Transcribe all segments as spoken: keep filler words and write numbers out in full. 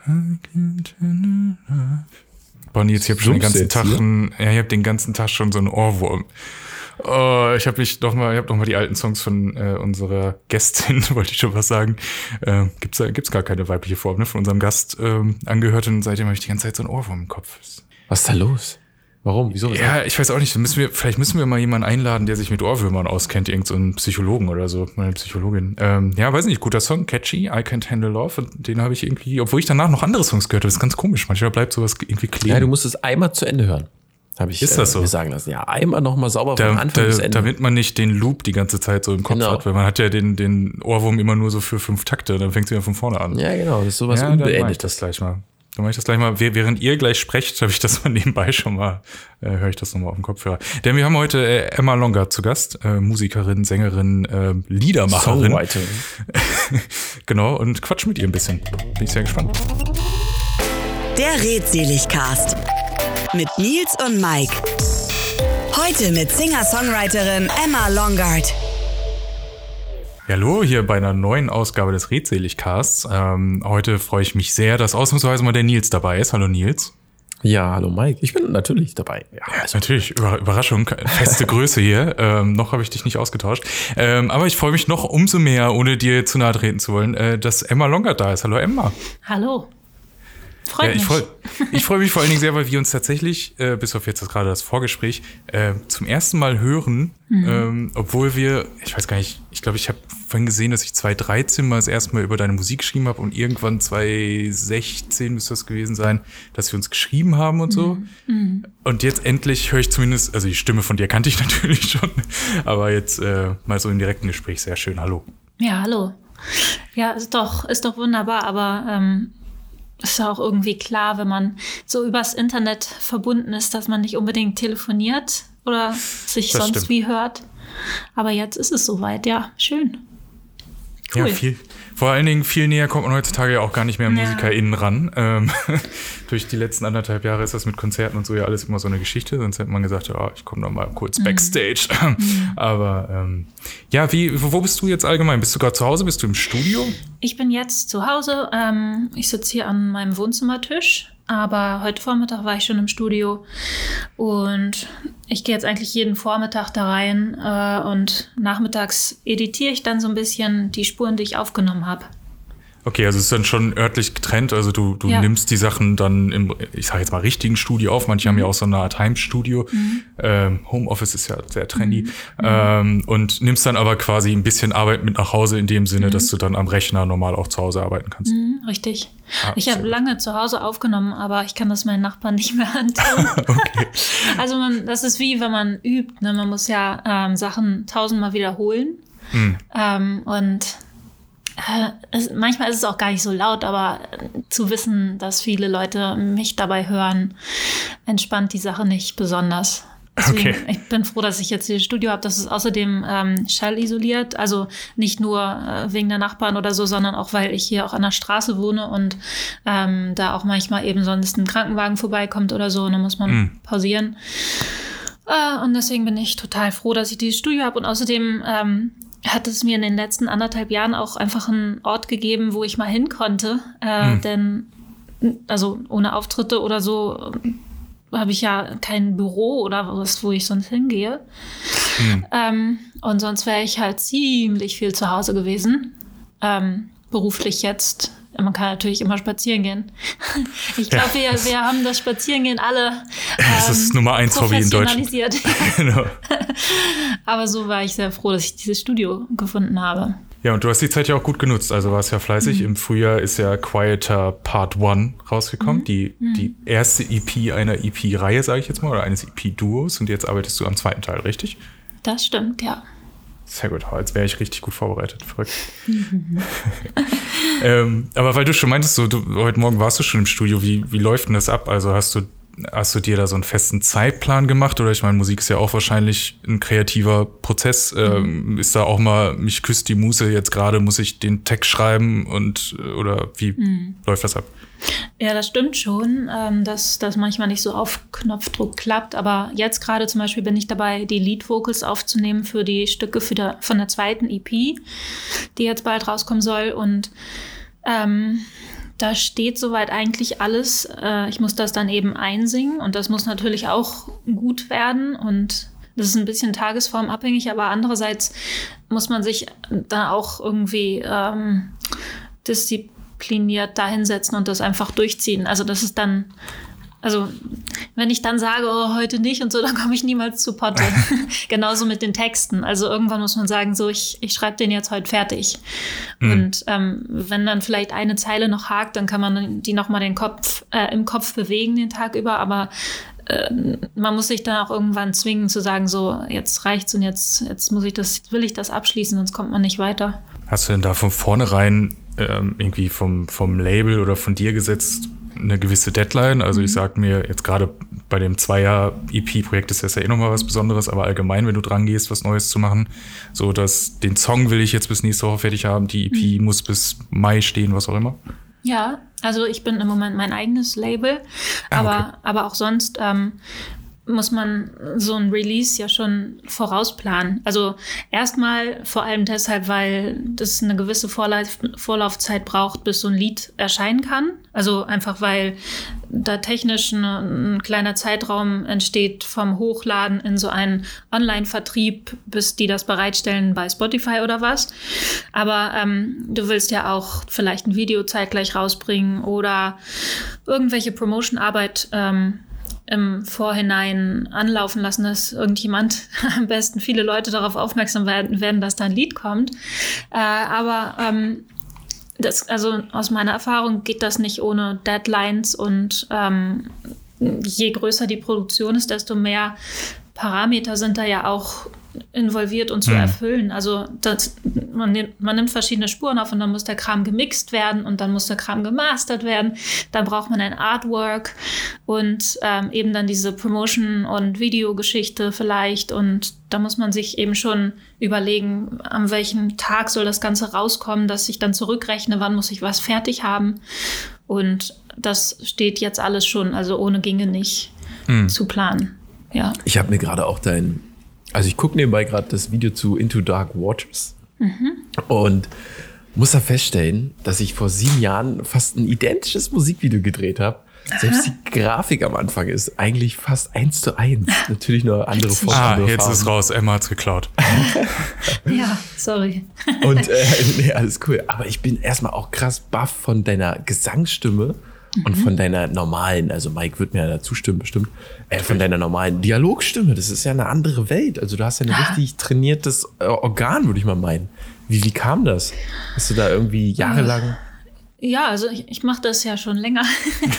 Boah, Nils, ich habe schon den ganzen Tag, ein, ja, ich habe den ganzen Tag schon so einen Ohrwurm. Oh, ich habe mich doch mal, ich habe noch mal die alten Songs von äh, unserer Gästin, wollte ich schon was sagen. Äh, gibt's gibt's gar keine weibliche Form, ne? Von unserem Gast ähm, angehört und seitdem habe ich die ganze Zeit so einen Ohrwurm im Kopf. Was ist da los? Warum? Wieso? Ja, ich weiß auch nicht. Müssen wir, vielleicht müssen wir mal jemanden einladen, der sich mit Ohrwürmern auskennt, irgend so einen Psychologen oder so, meine Psychologin. Ähm, ja, weiß nicht, guter Song, catchy, I Can't Handle Love. Und den habe ich irgendwie, obwohl ich danach noch andere Songs gehört habe, das ist ganz komisch. Manchmal bleibt sowas irgendwie kleben. Ja, du musst es einmal zu Ende hören. Habe ich ist das so? äh, mir sagen lassen. Ja, einmal nochmal sauber da, von Anfang da, bis Ende. Damit man nicht den Loop die ganze Zeit so im Kopf genau. hat, weil man hat ja den, den Ohrwurm immer nur so für fünf Takte, dann fängt es wieder von vorne an. Ja, genau, das ist sowas ja, unbeendet. Dann mache ich das gleich mal. Dann mache ich das gleich mal. Während ihr gleich sprecht, habe ich das mal nebenbei schon mal, äh, höre ich das nochmal auf dem Kopfhörer. Denn wir haben heute äh, Emma Longard zu Gast, äh, Musikerin, Sängerin, äh, Liedermacherin. Songwriterin. Genau, und quatsch mit ihr ein bisschen. Bin ich sehr gespannt. Der Redseligcast mit Nils und Mike. Heute mit Singer-Songwriterin Emma Longard. Hallo, hier bei einer neuen Ausgabe des Redseligcasts. Ähm, heute freue ich mich sehr, dass ausnahmsweise mal der Nils dabei ist. Hallo Nils. Ja, hallo Mike. Ich bin natürlich dabei. Ja, ja also natürlich. Über, Überraschung. Feste Größe hier. Ähm, noch habe ich dich nicht ausgetauscht. Ähm, aber ich freue mich noch umso mehr, ohne dir zu nahe treten zu wollen, äh, dass Emma Longard da ist. Hallo Emma. Hallo. Freut ja, ich mich. Freu, ich freue mich vor allen Dingen sehr, weil wir uns tatsächlich, äh, bis auf jetzt das, gerade das Vorgespräch, äh, zum ersten Mal hören, mhm. ähm, obwohl wir, ich weiß gar nicht, ich glaube, ich habe vorhin gesehen, dass ich zwanzig dreizehn mal das erste Mal über deine Musik geschrieben habe und irgendwann zwanzig sechzehn müsste das gewesen sein, dass wir uns geschrieben haben und so. Mhm. Und jetzt endlich höre ich zumindest, also die Stimme von dir kannte ich natürlich schon, aber jetzt äh, mal so im direkten Gespräch, sehr schön. Hallo. Ja, hallo. Ja, ist doch, ist doch wunderbar, aber ähm ist ja auch irgendwie klar, wenn man so übers Internet verbunden ist, dass man nicht unbedingt telefoniert oder sich das sonst stimmt. wie hört. Aber jetzt ist es soweit, ja, schön. Cool. Ja, viel. Vor allen Dingen viel näher kommt man heutzutage ja auch gar nicht mehr an ja. MusikerInnen ran. Ähm, durch die letzten anderthalb Jahre ist das mit Konzerten und so ja alles immer so eine Geschichte. Sonst hätte man gesagt, ja, ich komme noch mal kurz Backstage. Mhm. Aber ähm, ja, wie, wo bist du jetzt allgemein? Bist du gerade zu Hause? Bist du im Studio? Ich bin jetzt zu Hause. Ähm, ich sitze hier an meinem Wohnzimmertisch. Aber heute Vormittag war ich schon im Studio und ich gehe jetzt eigentlich jeden Vormittag da rein äh, und nachmittags editiere ich dann so ein bisschen die Spuren, die ich aufgenommen habe. Okay, also es ist dann schon örtlich getrennt, also du, du ja. nimmst die Sachen dann im, ich sage jetzt mal, richtigen Studio auf. Manche mhm. haben ja auch so eine Art Heimstudio. Mhm. Ähm, Homeoffice ist ja sehr trendy. Mhm. Ähm, und nimmst dann aber quasi ein bisschen Arbeit mit nach Hause in dem Sinne, mhm. dass du dann am Rechner normal auch zu Hause arbeiten kannst. Mhm, richtig. Ah, ich habe lange zu Hause aufgenommen, aber ich kann das meinen Nachbarn nicht mehr antun. Okay. Also man, das ist wie, wenn man übt. Ne? Man muss ja ähm, Sachen tausendmal wiederholen. Mhm. Ähm, und Es, manchmal ist es auch gar nicht so laut, aber zu wissen, dass viele Leute mich dabei hören, entspannt die Sache nicht besonders. Deswegen, okay. Ich bin froh, dass ich jetzt hier Studio habe. Das ist außerdem ähm, schallisoliert. Also nicht nur äh, wegen der Nachbarn oder so, sondern auch, weil ich hier auch an der Straße wohne und ähm, da auch manchmal eben sonst ein Krankenwagen vorbeikommt oder so. Und dann muss man mm. pausieren. Äh, und deswegen bin ich total froh, dass ich dieses Studio habe. Und außerdem ähm, hat es mir in den letzten anderthalb Jahren auch einfach einen Ort gegeben, wo ich mal hin konnte. Äh, hm. Denn, also ohne Auftritte oder so, habe ich ja kein Büro oder was, wo ich sonst hingehe. Hm. Ähm, und sonst wäre ich halt ziemlich viel zu Hause gewesen. Ähm, beruflich jetzt. Man kann natürlich immer spazieren gehen. Ich glaube, ja. wir, wir haben das Spazierengehen alle ähm, das ist Nummer eins Hobby in Deutschland. Genau. Aber so war ich sehr froh, dass ich dieses Studio gefunden habe. Ja, und du hast die Zeit ja auch gut genutzt. Also warst ja fleißig. Mhm. Im Frühjahr ist ja Quieter Part eins rausgekommen. Mhm. Die, mhm. die erste E P einer E P-Reihe, sage ich jetzt mal, oder eines E P-Duos. Und jetzt arbeitest du am zweiten Teil, richtig? Das stimmt, ja. Sehr gut, jetzt wäre ich richtig gut vorbereitet. Verrückt. Mhm. ähm, aber weil du schon meintest, so, du, heute Morgen warst du schon im Studio, wie, wie läuft denn das ab? Also hast du, hast du dir da so einen festen Zeitplan gemacht? Oder ich meine, Musik ist ja auch wahrscheinlich ein kreativer Prozess. Ähm, mhm. Ist da auch mal, mich küsst die Muse, jetzt gerade muss ich den Text schreiben und oder wie mhm. läuft das ab? Ja, das stimmt schon, ähm, dass das manchmal nicht so auf Knopfdruck klappt. Aber jetzt gerade zum Beispiel bin ich dabei, die Lead-Vocals aufzunehmen für die Stücke für der, von der zweiten E P, die jetzt bald rauskommen soll. Und ähm, da steht soweit eigentlich alles. Äh, ich muss das dann eben einsingen und das muss natürlich auch gut werden und das ist ein bisschen tagesformabhängig, aber andererseits muss man sich da auch irgendwie ähm, diszipliniert da hinsetzen und das einfach durchziehen. Also das ist dann, also wenn ich dann sage, oh, heute nicht und so, dann komme ich niemals zu Potte. Genauso mit den Texten. Also irgendwann muss man sagen, so ich, ich schreibe den jetzt heute fertig. Mhm. Und ähm, wenn dann vielleicht eine Zeile noch hakt, dann kann man die nochmal den Kopf, äh, im Kopf bewegen den Tag über, aber man muss sich dann auch irgendwann zwingen zu sagen, so jetzt reicht's und jetzt, jetzt muss ich das, will ich das abschließen, sonst kommt man nicht weiter. Hast du denn da von vornherein ähm, irgendwie vom, vom Label oder von dir gesetzt eine gewisse Deadline? Also mhm. ich sag mir jetzt gerade bei dem Zweijahr-E P-Projekt ist das ja eh nochmal was Besonderes, aber allgemein, wenn du dran gehst, was Neues zu machen, so dass den Song will ich jetzt bis nächste Woche fertig haben, die E P mhm. muss bis Mai stehen, was auch immer. Ja, also ich bin im Moment mein eigenes Label, ah, aber, okay. aber auch sonst ähm, muss man so ein Release ja schon vorausplanen. Also erstmal vor allem deshalb, weil das eine gewisse Vorlauf, Vorlaufzeit braucht, bis so ein Lied erscheinen kann. Also einfach, weil da technisch ein, ein kleiner Zeitraum entsteht vom Hochladen in so einen Online-Vertrieb, bis die das bereitstellen bei Spotify oder was. Aber ähm, du willst ja auch vielleicht ein Video zeitgleich rausbringen oder irgendwelche Promotion-Arbeit ähm, im Vorhinein anlaufen lassen, dass irgendjemand, am besten viele Leute darauf aufmerksam werden, werden dass da ein Lied kommt. Äh, aber ähm, das, also aus meiner Erfahrung geht das nicht ohne Deadlines und ähm, je größer die Produktion ist, desto mehr Parameter sind da ja auch involviert und zu mhm. erfüllen. Also das, man, nimmt, man nimmt verschiedene Spuren auf und dann muss der Kram gemixt werden und dann muss der Kram gemastert werden. Dann braucht man ein Artwork und ähm, eben dann diese Promotion- und Videogeschichte vielleicht. Und da muss man sich eben schon überlegen, an welchem Tag soll das Ganze rauskommen, dass ich dann zurückrechne, wann muss ich was fertig haben. Und das steht jetzt alles schon, also ohne ginge nicht mhm. zu planen. Ja. Ich habe mir gerade auch dein Also ich gucke nebenbei gerade das Video zu Into Dark Waters mhm. und muss da feststellen, dass ich vor sieben Jahren fast ein identisches Musikvideo gedreht habe. Selbst die Grafik am Anfang ist eigentlich fast eins zu eins. Natürlich nur andere Fotos. Ah, jetzt Farben. Ist raus. Emma hat's geklaut. Ja, sorry. Und äh, nee, alles cool. Aber ich bin erstmal auch krass baff von deiner Gesangsstimme. Und von deiner normalen, also Mike wird mir ja dazu stimmen bestimmt, äh, von deiner normalen Dialogstimme, das ist ja eine andere Welt. Also du hast ja ein richtig trainiertes äh, Organ, würde ich mal meinen. Wie, wie kam das? Hast du da irgendwie jahrelang... Ja, also ich, ich mache das ja schon länger.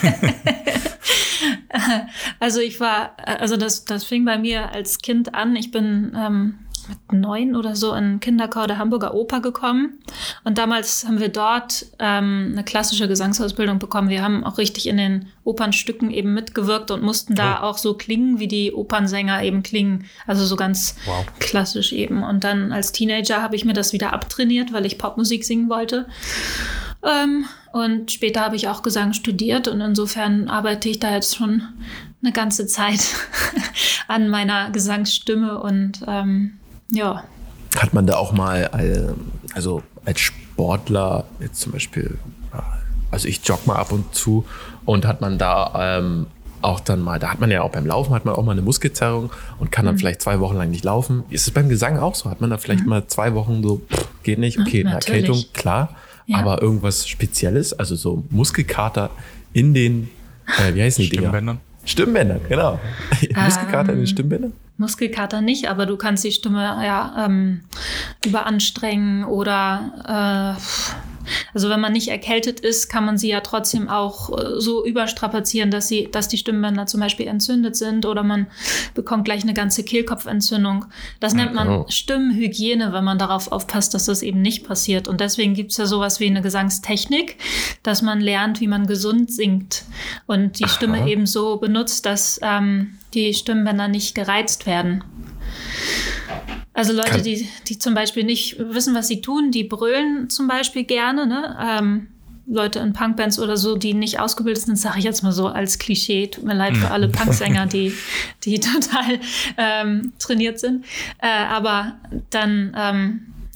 Also ich war, also das, das fing bei mir als Kind an. Ich bin... Ähm, mit neun oder so in den Kinderchor der Hamburger Oper gekommen. Und damals haben wir dort ähm, eine klassische Gesangsausbildung bekommen. Wir haben auch richtig in den Opernstücken eben mitgewirkt und mussten da oh. auch so klingen, wie die Opernsänger eben klingen. Also so ganz wow. klassisch eben. Und dann als Teenager habe ich mir das wieder abtrainiert, weil ich Popmusik singen wollte. Ähm, und später habe ich auch Gesang studiert und insofern arbeite ich da jetzt schon eine ganze Zeit an meiner Gesangsstimme und ähm, ja. Hat man da auch mal, also als Sportler, jetzt zum Beispiel, also ich jogge mal ab und zu und hat man da ähm, auch dann mal, da hat man ja auch beim Laufen, hat man auch mal eine Muskelzerrung und kann dann mhm. vielleicht zwei Wochen lang nicht laufen. Ist es beim Gesang auch so? Hat man da vielleicht mhm. mal zwei Wochen so, pff, geht nicht, okay, eine Erkältung, klar, ja. aber irgendwas Spezielles, also so Muskelkater in den, äh, wie heißen die Dinger? Stimmbändern. Stimmbändern, genau. Ähm, Muskelkater in den Stimmbändern? Muskelkater nicht, aber du kannst die Stimme ja ähm, überanstrengen oder äh, also wenn man nicht erkältet ist, kann man sie ja trotzdem auch äh, so überstrapazieren, dass sie, dass die Stimmbänder zum Beispiel entzündet sind oder man bekommt gleich eine ganze Kehlkopfentzündung. Das nennt man oh. Stimmhygiene, wenn man darauf aufpasst, dass das eben nicht passiert. Und deswegen gibt es ja sowas wie eine Gesangstechnik, dass man lernt, wie man gesund singt und die Aha. Stimme eben so benutzt, dass ähm, die Stimmbänder nicht gereizt werden. Also Leute, die, die zum Beispiel nicht wissen, was sie tun, die brüllen zum Beispiel gerne, ne? Ähm, Leute in Punkbands oder so, die nicht ausgebildet sind, sage ich jetzt mal so als Klischee. Tut mir leid für alle Punksänger, die, die total ähm, trainiert sind. Äh, aber dann ähm,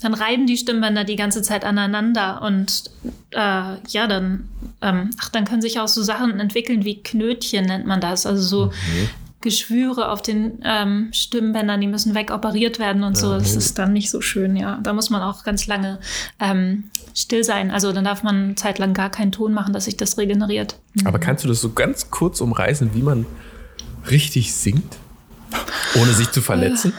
dann reiben die Stimmbänder die ganze Zeit aneinander und äh, ja, dann, ähm, ach, dann können sich auch so Sachen entwickeln wie Knötchen, nennt man das. Also so mhm. Geschwüre auf den ähm, Stimmbändern, die müssen wegoperiert werden und ja, so. Das ist dann nicht so schön, ja. Da muss man auch ganz lange ähm, still sein. Also dann darf man eine Zeit lang gar keinen Ton machen, dass sich das regeneriert. Mhm. Aber kannst du das so ganz kurz umreißen, wie man richtig singt, ohne sich zu verletzen?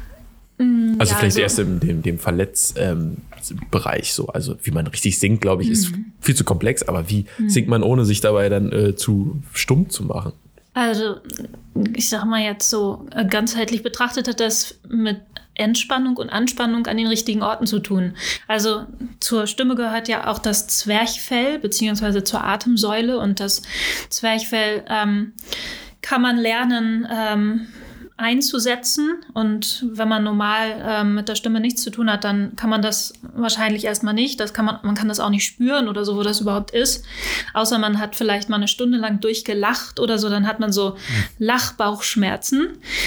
Mhm, also ja, vielleicht also, erst im dem, dem Verletzbereich ähm, so. Also wie man richtig singt, glaube ich, ist mhm. viel zu komplex. Aber wie mhm. singt man, ohne sich dabei dann äh, zu stumm zu machen? Also, ich sag mal jetzt so, ganzheitlich betrachtet hat das mit Entspannung und Anspannung an den richtigen Orten zu tun. Also zur Stimme gehört ja auch das Zwerchfell, beziehungsweise zur Atemsäule. Und das Zwerchfell ähm, kann man lernen ähm, einzusetzen. Und wenn man normal ähm, mit der Stimme nichts zu tun hat, dann kann man das wahrscheinlich erstmal nicht. Das kann man, man kann das auch nicht spüren oder so, wo das überhaupt ist. Außer man hat vielleicht mal eine Stunde lang durchgelacht oder so, dann hat man so Lachbauchschmerzen.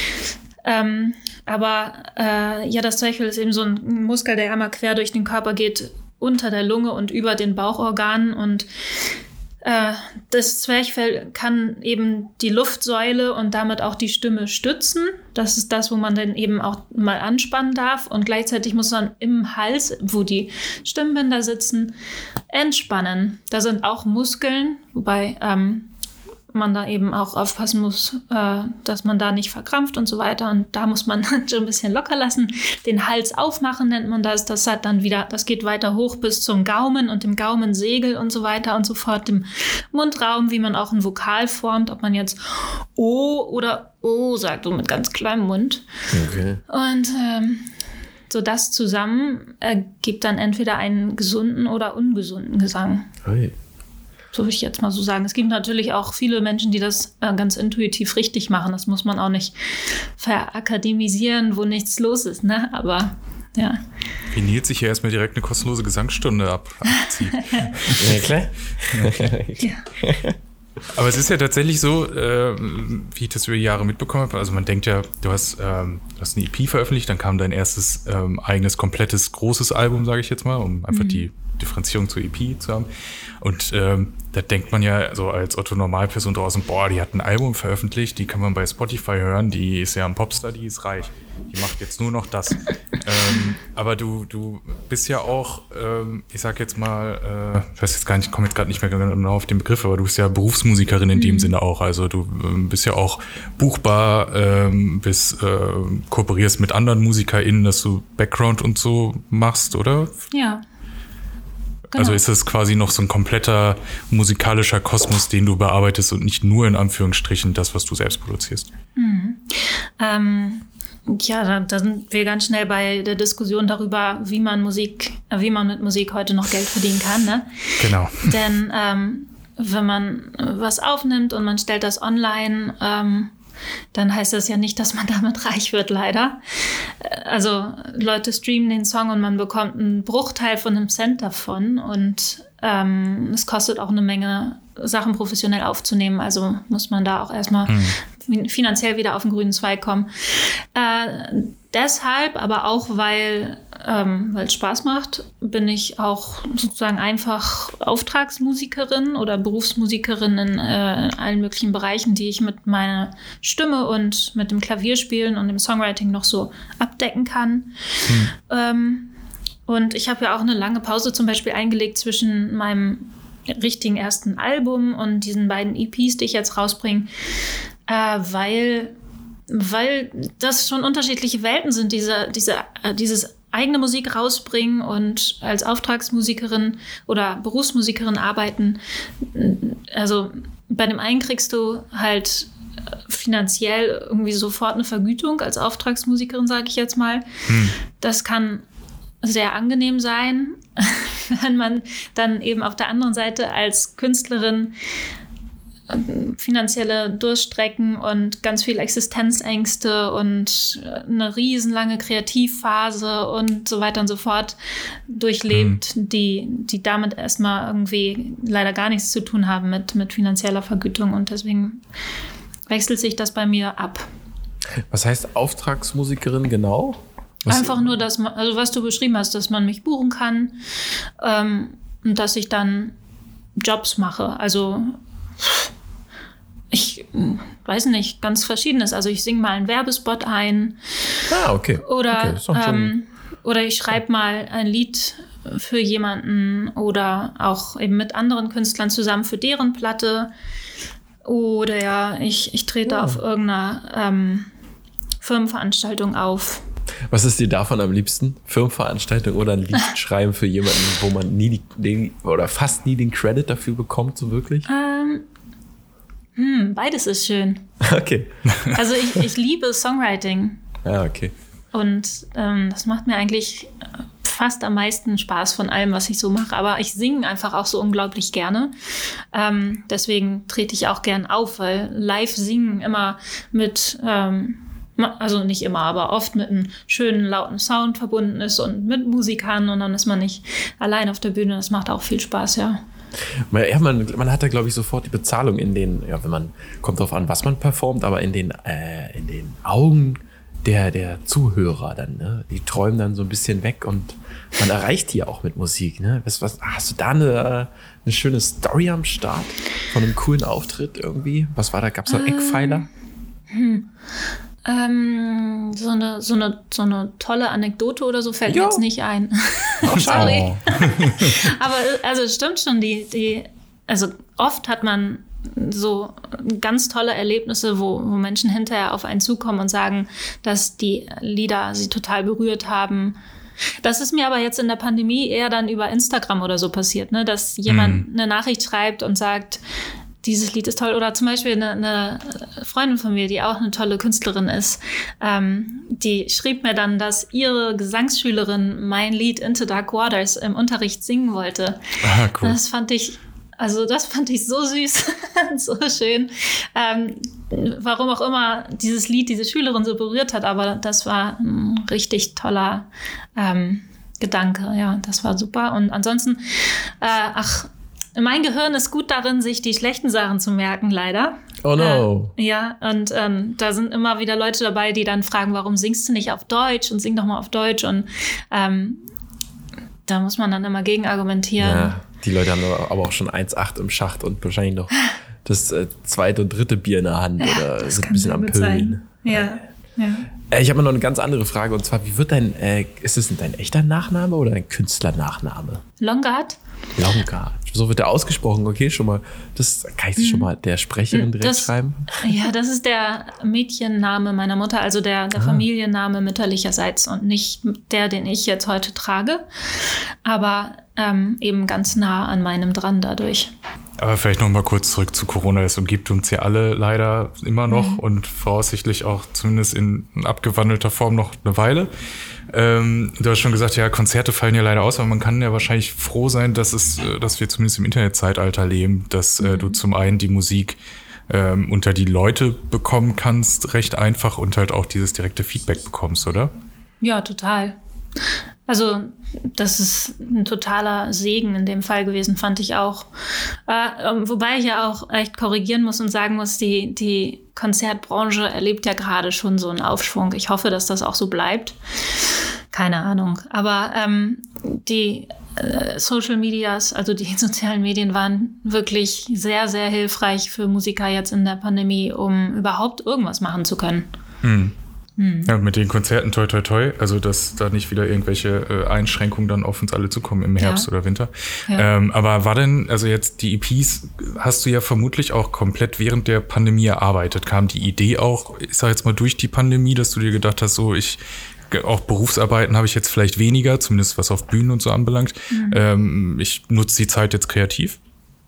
Ähm, aber äh, ja, das Zwerchfell ist eben so ein Muskel, der einmal quer durch den Körper geht, unter der Lunge und über den Bauchorganen. Und äh, das Zwerchfell kann eben die Luftsäule und damit auch die Stimme stützen. Das ist das, wo man dann eben auch mal anspannen darf. Und gleichzeitig muss man im Hals, wo die Stimmbänder sitzen, entspannen. Da sind auch Muskeln, wobei ähm, man da eben auch aufpassen muss, äh, dass man da nicht verkrampft und so weiter. Und da muss man schon ein bisschen locker lassen. Den Hals aufmachen nennt man das. Das hat dann wieder, das geht weiter hoch bis zum Gaumen und dem Gaumensegel und so weiter und so fort. Dem Mundraum, wie man auch ein Vokal formt, ob man jetzt O oder O sagt, so mit ganz kleinem Mund. Okay. Und ähm, so das zusammen ergibt dann entweder einen gesunden oder ungesunden Gesang. Hey. So würde ich jetzt mal so sagen. Es gibt natürlich auch viele Menschen, die das äh, ganz intuitiv richtig machen. Das muss man auch nicht verakademisieren, wo nichts los ist, ne? Aber ja. Wie Nils sich ja erstmal direkt eine kostenlose Gesangsstunde ab abzieht. Ja, klar. Ja. Aber es ist ja tatsächlich so, äh, wie ich das über die Jahre mitbekommen habe. Also man denkt ja, du hast, ähm, du hast eine E P veröffentlicht, dann kam dein erstes ähm, eigenes, komplettes, großes Album, sage ich jetzt mal, um einfach mhm. die Differenzierung zur E P zu haben. Und ähm, da denkt man ja so als Otto-Normalperson draußen, boah, die hat ein Album veröffentlicht, die kann man bei Spotify hören, die ist ja ein Popstar, die ist reich. Die macht jetzt nur noch das. ähm, aber du, du bist ja auch, ähm, ich sag jetzt mal, äh, ich weiß jetzt gar nicht, ich komme jetzt gerade nicht mehr genau auf den Begriff, aber du bist ja Berufsmusikerin in mhm. dem Sinne auch. Also du ähm, bist ja auch buchbar, ähm, bist, äh, kooperierst mit anderen MusikerInnen, dass du Background und so machst, oder? Ja. Genau. Also ist es quasi noch so ein kompletter musikalischer Kosmos, den du bearbeitest und nicht nur in Anführungsstrichen das, was du selbst produzierst. Mhm. Ähm, ja, da, da sind wir ganz schnell bei der Diskussion darüber, wie man Musik, äh, wie man mit Musik heute noch Geld verdienen kann, ne? Genau. Denn ähm, wenn man was aufnimmt und man stellt das online, ähm, dann heißt das ja nicht, dass man damit reich wird, leider. Also Leute streamen den Song und man bekommt einen Bruchteil von einem Cent davon und ähm, es kostet auch eine Menge, Sachen professionell aufzunehmen. Also muss man da auch erstmal mhm. finanziell wieder auf den grünen Zweig kommen. Äh, deshalb, aber auch, weil ähm, weil es Spaß macht, bin ich auch sozusagen einfach Auftragsmusikerin oder Berufsmusikerin in äh, allen möglichen Bereichen, die ich mit meiner Stimme und mit dem Klavierspielen und dem Songwriting noch so abdecken kann. Mhm. Ähm, und ich habe ja auch eine lange Pause zum Beispiel eingelegt zwischen meinem richtigen ersten Album und diesen beiden E Ps, die ich jetzt rausbringe, äh, weil, weil das schon unterschiedliche Welten sind, diese, diese, äh, dieses eigene Musik rausbringen und als Auftragsmusikerin oder Berufsmusikerin arbeiten. Also bei dem einen kriegst du halt finanziell irgendwie sofort eine Vergütung als Auftragsmusikerin, sage ich jetzt mal. Hm. Das kann sehr angenehm sein, wenn man dann eben auf der anderen Seite als Künstlerin finanzielle Durststrecken und ganz viel Existenzängste und eine riesenlange Kreativphase und so weiter und so fort durchlebt, mhm. die, die damit erstmal irgendwie leider gar nichts zu tun haben mit, mit finanzieller Vergütung. Und deswegen wechselt sich das bei mir ab. Was heißt Auftragsmusikerin genau? Was? Einfach nur, dass man, also was du beschrieben hast, dass man mich buchen kann ähm, und dass ich dann Jobs mache. Also ich weiß nicht, ganz Verschiedenes. Also ich singe mal einen Werbespot ein. Ah, okay. Oder, okay, ähm, oder ich schreibe mal ein Lied für jemanden oder auch eben mit anderen Künstlern zusammen für deren Platte. Oder ja, ich, ich trete oh. auf irgendeiner ähm, Firmenveranstaltung auf. Was ist dir davon am liebsten? Firmenveranstaltung oder ein Lied schreiben für jemanden, wo man nie die, den, oder fast nie den Credit dafür bekommt, so wirklich? Ähm, hm, beides ist schön. Okay. Also ich, ich liebe Songwriting. Ja, okay. Und ähm, das macht mir eigentlich fast am meisten Spaß von allem, was ich so mache. Aber ich singe einfach auch so unglaublich gerne. Ähm, deswegen trete ich auch gern auf, weil Live-Singen immer mit, ähm, also nicht immer, aber oft mit einem schönen, lauten Sound verbunden ist und mit Musikern und dann ist man nicht allein auf der Bühne. Das macht auch viel Spaß, ja. Ja, man, man hat da, glaube ich, sofort die Bezahlung in den, ja, wenn man, kommt drauf an, was man performt, aber in den, äh, in den Augen der, der Zuhörer dann, ne? Die träumen dann so ein bisschen weg und man erreicht die auch mit Musik, ne? Was, was, hast du da eine, eine schöne Story am Start von einem coolen Auftritt irgendwie? Was war da? Gab es da Eckpfeiler? Hm. Ähm, so eine, so eine, so eine tolle Anekdote oder so fällt jo. mir jetzt nicht ein. Oh, sorry. Aber also es stimmt schon, die, die, also oft hat man so ganz tolle Erlebnisse, wo, wo Menschen hinterher auf einen zukommen und sagen, dass die Lieder sie total berührt haben. Das ist mir aber jetzt in der Pandemie eher dann über Instagram oder so passiert, ne? Dass jemand mhm. eine Nachricht schreibt und sagt, dieses Lied ist toll. Oder zum Beispiel eine, eine Freundin von mir, die auch eine tolle Künstlerin ist, ähm, die schrieb mir dann, dass ihre Gesangsschülerin mein Lied Into Dark Waters im Unterricht singen wollte. Ah, cool. Das fand ich Also das fand ich so süß, so schön. Ähm, warum auch immer dieses Lied diese Schülerin so berührt hat, aber das war ein richtig toller ähm, Gedanke. Ja, das war super. Und ansonsten, äh, ach, mein Gehirn ist gut darin, sich die schlechten Sachen zu merken, leider. Oh no. Äh, ja, und ähm, da sind immer wieder Leute dabei, die dann fragen, warum singst du nicht auf Deutsch und sing doch mal auf Deutsch. Und ähm, da muss man dann immer gegen argumentieren. Ja. Die Leute haben aber auch schon eins Komma acht im Schacht und wahrscheinlich noch das äh, zweite und dritte Bier in der Hand ja, oder sind ein bisschen am Pölen. Ja, ja. Äh, ich habe noch eine ganz andere Frage und zwar, wie wird dein, äh, ist es dein echter Nachname oder dein Künstlernachname? Longard. Longard. So wird er ausgesprochen, okay, schon mal. Das kann ich mhm. schon mal der Sprecherin direkt das, schreiben. Ja, das ist der Mädchenname meiner Mutter, also der, der ah. Familienname mütterlicherseits und nicht der, den ich jetzt heute trage, aber ähm, eben ganz nah an meinem dran dadurch. Aber vielleicht noch mal kurz zurück zu Corona. Es umgibt uns ja alle leider immer noch mhm. und voraussichtlich auch zumindest in abgewandelter Form noch eine Weile. Ähm, du hast schon gesagt, ja, Konzerte fallen ja leider aus, aber man kann ja wahrscheinlich froh sein, dass es, dass wir zumindest im Internetzeitalter leben, dass mhm. äh, du zum einen die Musik ähm, unter die Leute bekommen kannst, recht einfach und halt auch dieses direkte Feedback bekommst, oder? Ja, total. Also das ist ein totaler Segen in dem Fall gewesen, fand ich auch. Äh, wobei ich ja auch echt korrigieren muss und sagen muss, die, die Konzertbranche erlebt ja gerade schon so einen Aufschwung. Ich hoffe, dass das auch so bleibt. Keine Ahnung. Aber ähm, die äh, Social Medias, also die sozialen Medien waren wirklich sehr, sehr hilfreich für Musiker jetzt in der Pandemie, um überhaupt irgendwas machen zu können. Hm. Hm. Ja, mit den Konzerten toi toi toi, also dass da nicht wieder irgendwelche äh, Einschränkungen dann auf uns alle zukommen im Herbst ja. oder Winter. Ja. Ähm, aber war denn, also jetzt die E Ps hast du ja vermutlich auch komplett während der Pandemie erarbeitet. Kam die Idee auch, ich sag jetzt mal durch die Pandemie, dass du dir gedacht hast, so ich, auch Berufsarbeiten habe ich jetzt vielleicht weniger, zumindest was auf Bühnen und so anbelangt. Mhm. Ähm, ich nutze die Zeit jetzt kreativ?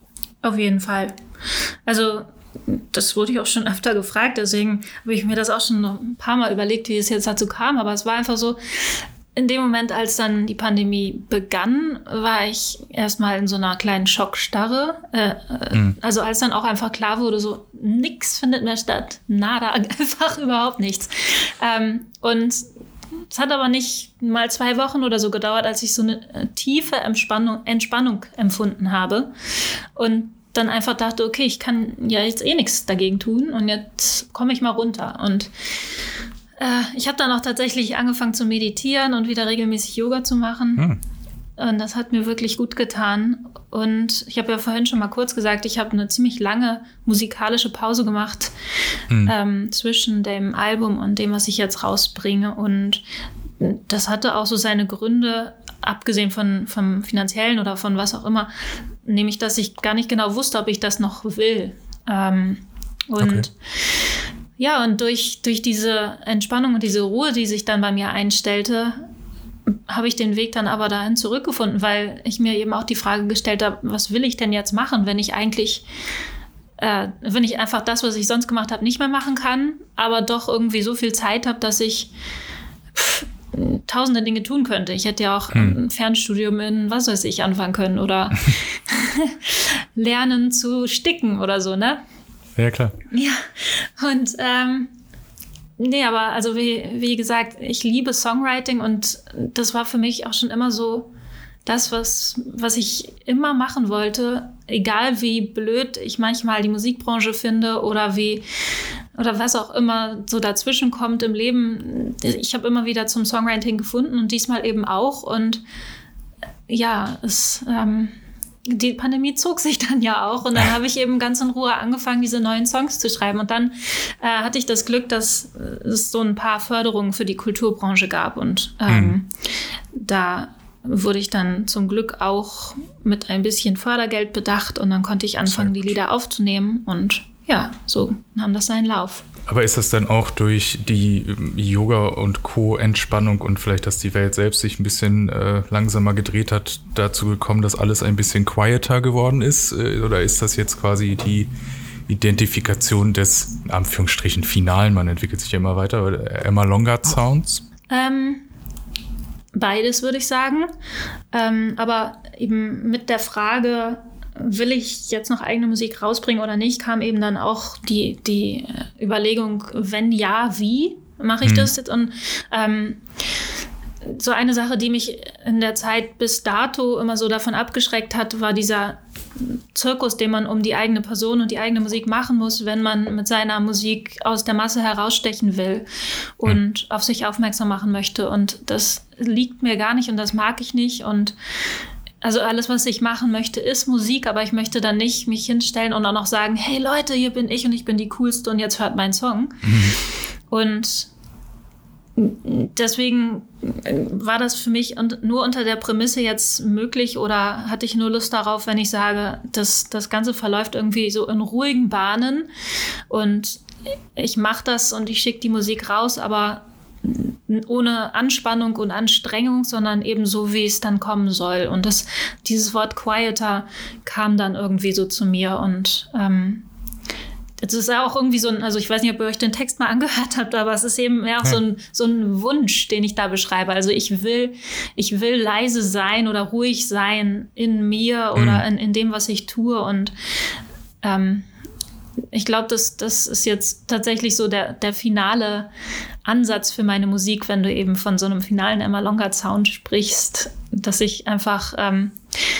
Auf jeden Fall. Also das wurde ich auch schon öfter gefragt, deswegen habe ich mir das auch schon noch ein paar Mal überlegt, wie es jetzt dazu kam, aber es war einfach so, in dem Moment, als dann die Pandemie begann, war ich erstmal in so einer kleinen Schockstarre, äh, mhm. also als dann auch einfach klar wurde, so nix findet mehr statt, nada, einfach überhaupt nichts. Ähm, und es hat aber nicht mal zwei Wochen oder so gedauert, als ich so eine tiefe Entspannung, Entspannung empfunden habe und dann einfach dachte, okay, ich kann ja jetzt eh nichts dagegen tun und jetzt komme ich mal runter. Und Äh, ich habe dann auch tatsächlich angefangen zu meditieren und wieder regelmäßig Yoga zu machen. Hm. Und das hat mir wirklich gut getan. Und ich habe ja vorhin schon mal kurz gesagt, ich habe eine ziemlich lange musikalische Pause gemacht hm. ähm, zwischen dem Album und dem, was ich jetzt rausbringe. Und das hatte auch so seine Gründe, abgesehen von vom Finanziellen oder von was auch immer, nämlich, dass ich gar nicht genau wusste, ob ich das noch will. Ähm, und okay. ja, und durch, durch diese Entspannung und diese Ruhe, die sich dann bei mir einstellte, habe ich den Weg dann aber dahin zurückgefunden, weil ich mir eben auch die Frage gestellt habe, was will ich denn jetzt machen, wenn ich eigentlich, äh, wenn ich einfach das, was ich sonst gemacht habe, nicht mehr machen kann, aber doch irgendwie so viel Zeit habe, dass ich pff, tausende Dinge tun könnte. Ich hätte ja auch hm. ein Fernstudium in was weiß ich anfangen können oder lernen zu sticken oder so, ne? Ja, klar. Ja, und ähm, nee, aber also wie, wie gesagt, ich liebe Songwriting und das war für mich auch schon immer so das, was, was ich immer machen wollte, egal wie blöd ich manchmal die Musikbranche finde oder wie oder was auch immer so dazwischen kommt im Leben. Ich habe immer wieder zum Songwriting gefunden und diesmal eben auch. Und ja, es ähm, die Pandemie zog sich dann ja auch und dann habe ich eben ganz in Ruhe angefangen, diese neuen Songs zu schreiben. Und dann äh, hatte ich das Glück, dass es so ein paar Förderungen für die Kulturbranche gab. Und ähm, mhm. da wurde ich dann zum Glück auch mit ein bisschen Fördergeld bedacht und dann konnte ich anfangen, die Lieder aufzunehmen. Und ja, so nahm das seinen Lauf. Aber ist das dann auch durch die Yoga und Co. Entspannung und vielleicht, dass die Welt selbst sich ein bisschen äh, langsamer gedreht hat, dazu gekommen, dass alles ein bisschen quieter geworden ist? Äh, oder ist das jetzt quasi die Identifikation des, in Anführungsstrichen, Finalen, man entwickelt sich ja immer weiter, Emma Longard Sounds? Ähm, beides, würde ich sagen. Ähm, aber eben mit der Frage, will ich jetzt noch eigene Musik rausbringen oder nicht, kam eben dann auch die, die Überlegung, wenn ja, wie mache ich hm. das jetzt? Und ähm, so eine Sache, die mich in der Zeit bis dato immer so davon abgeschreckt hat, war dieser Zirkus, den man um die eigene Person und die eigene Musik machen muss, wenn man mit seiner Musik aus der Masse herausstechen will und hm. auf sich aufmerksam machen möchte. Und das liegt mir gar nicht und das mag ich nicht. Und also alles, was ich machen möchte, ist Musik, aber ich möchte dann nicht mich hinstellen und auch noch sagen, hey Leute, hier bin ich und ich bin die Coolste und jetzt hört meinen Song. Mhm. Und deswegen war das für mich nur unter der Prämisse jetzt möglich oder hatte ich nur Lust darauf, wenn ich sage, dass das Ganze verläuft irgendwie so in ruhigen Bahnen und ich mache das und ich schicke die Musik raus, aber ohne Anspannung und Anstrengung, sondern eben so, wie es dann kommen soll. Und das, dieses Wort quieter kam dann irgendwie so zu mir. Und ähm, das ist ja auch irgendwie so ein, also ich weiß nicht, ob ihr euch den Text mal angehört habt, aber es ist eben ja auch ja. so ein, so ein Wunsch, den ich da beschreibe. Also ich will, ich will leise sein oder ruhig sein in mir mhm. oder in, in dem, was ich tue. Und ähm, ich glaube, das, das ist jetzt tatsächlich so der, der finale Ansatz für meine Musik, wenn du eben von so einem finalen Emma Longard Sound sprichst, dass ich einfach, ähm,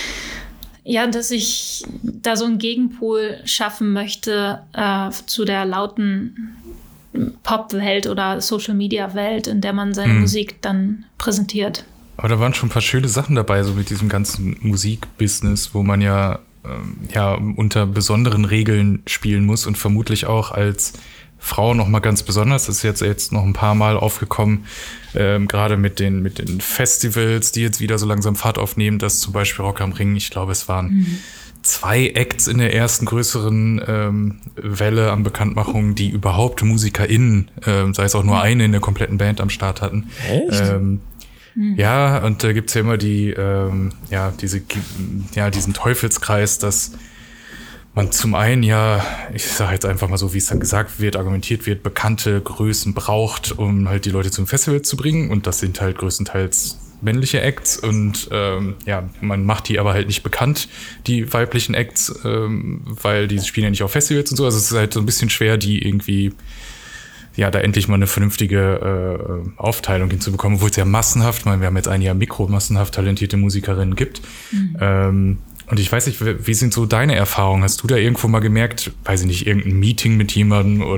ja, dass ich da so einen Gegenpol schaffen möchte äh, zu der lauten Pop-Welt oder Social-Media-Welt, in der man seine mhm. Musik dann präsentiert. Aber da waren schon ein paar schöne Sachen dabei, so mit diesem ganzen Musikbusiness, wo man ja ja, unter besonderen Regeln spielen muss und vermutlich auch als Frau noch mal ganz besonders. Das ist jetzt, jetzt noch ein paar Mal aufgekommen, ähm, gerade mit den, mit den Festivals, die jetzt wieder so langsam Fahrt aufnehmen, dass zum Beispiel Rock am Ring, ich glaube, es waren mhm. zwei Acts in der ersten größeren ähm, Welle an Bekanntmachungen, die überhaupt MusikerInnen, ähm, sei es auch nur eine in der kompletten Band am Start hatten. Echt? Ähm, Ja, und da gibt's ja immer die, ähm, ja, diese, ja, diesen Teufelskreis, dass man zum einen ja, ich sage jetzt einfach mal so, wie es dann gesagt wird, argumentiert wird, bekannte Größen braucht, um halt die Leute zum Festival zu bringen. Und das sind halt größtenteils männliche Acts. Und ähm, ja, man macht die aber halt nicht bekannt, die weiblichen Acts, ähm, weil die spielen ja nicht auf Festivals und so. Also es ist halt so ein bisschen schwer, die irgendwie ja, da endlich mal eine vernünftige äh, Aufteilung hinzubekommen, obwohl es ja massenhaft, ich meine, wir haben jetzt ein Jahr Mikro, massenhaft talentierte Musikerinnen gibt. Mhm. Ähm, und ich weiß nicht, wie sind so deine Erfahrungen? Hast du da irgendwo mal gemerkt, weiß ich nicht, irgendein Meeting mit jemandem oder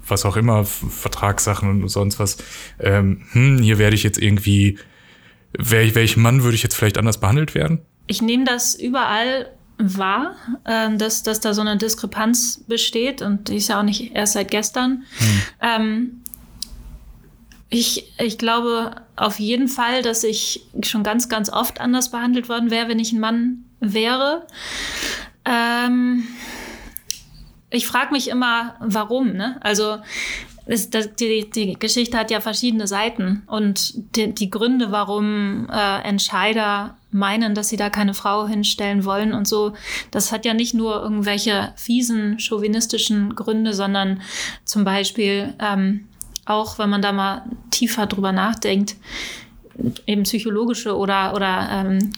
was auch immer, Vertragssachen und sonst was, ähm, hm, hier werde ich jetzt irgendwie, wel, welchem Mann würde ich jetzt vielleicht anders behandelt werden? Ich nehme das überall wahr, äh, dass, dass da so eine Diskrepanz besteht und die ist ja auch nicht erst seit gestern. Hm. Ähm, ich, ich glaube auf jeden Fall, dass ich schon ganz, ganz oft anders behandelt worden wäre, wenn ich ein Mann wäre. Ähm, ich frage mich immer, warum, ne? Also ist das, die, die Geschichte hat ja verschiedene Seiten und die, die Gründe, warum äh, Entscheider meinen, dass sie da keine Frau hinstellen wollen und so, das hat ja nicht nur irgendwelche fiesen, chauvinistischen Gründe, sondern zum Beispiel ähm, auch, wenn man da mal tiefer drüber nachdenkt, eben psychologische oder, oder ähm,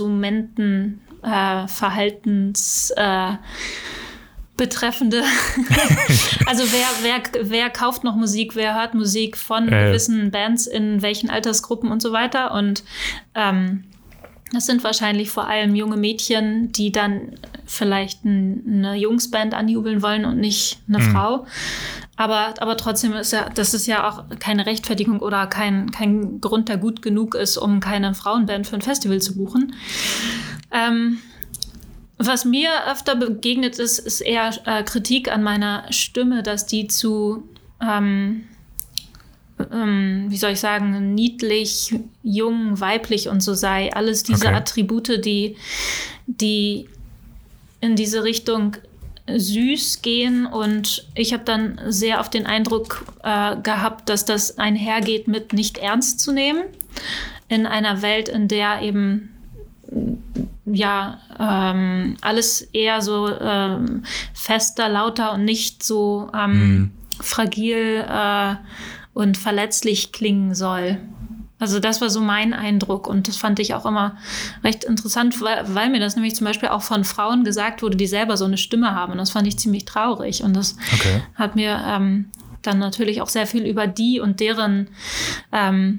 Konsumentenverhaltens äh, äh, betreffende. Also wer, wer, wer kauft noch Musik, wer hört Musik von äh. gewissen Bands in welchen Altersgruppen und so weiter. Und ähm, das sind wahrscheinlich vor allem junge Mädchen, die dann vielleicht ein, eine Jungsband anjubeln wollen und nicht eine mhm. Frau. Aber, aber trotzdem ist ja, das ist ja auch keine Rechtfertigung oder kein, kein Grund, der gut genug ist, um keine Frauenband für ein Festival zu buchen. Ähm, Was mir öfter begegnet ist, ist eher äh, Kritik an meiner Stimme, dass die zu, ähm, ähm, wie soll ich sagen, niedlich, jung, weiblich und so sei. Alles diese okay. Attribute, die, die in diese Richtung süß gehen. Und ich habe dann sehr oft den Eindruck äh, gehabt, dass das einhergeht mit nicht ernst zu nehmen. In einer Welt, in der eben ja, ähm, alles eher so ähm, fester, lauter und nicht so ähm, mm. fragil äh, und verletzlich klingen soll. Also das war so mein Eindruck und das fand ich auch immer recht interessant, weil, weil mir das nämlich zum Beispiel auch von Frauen gesagt wurde, die selber so eine Stimme haben und das fand ich ziemlich traurig und das okay. hat mir ähm, dann natürlich auch sehr viel über die und deren ähm,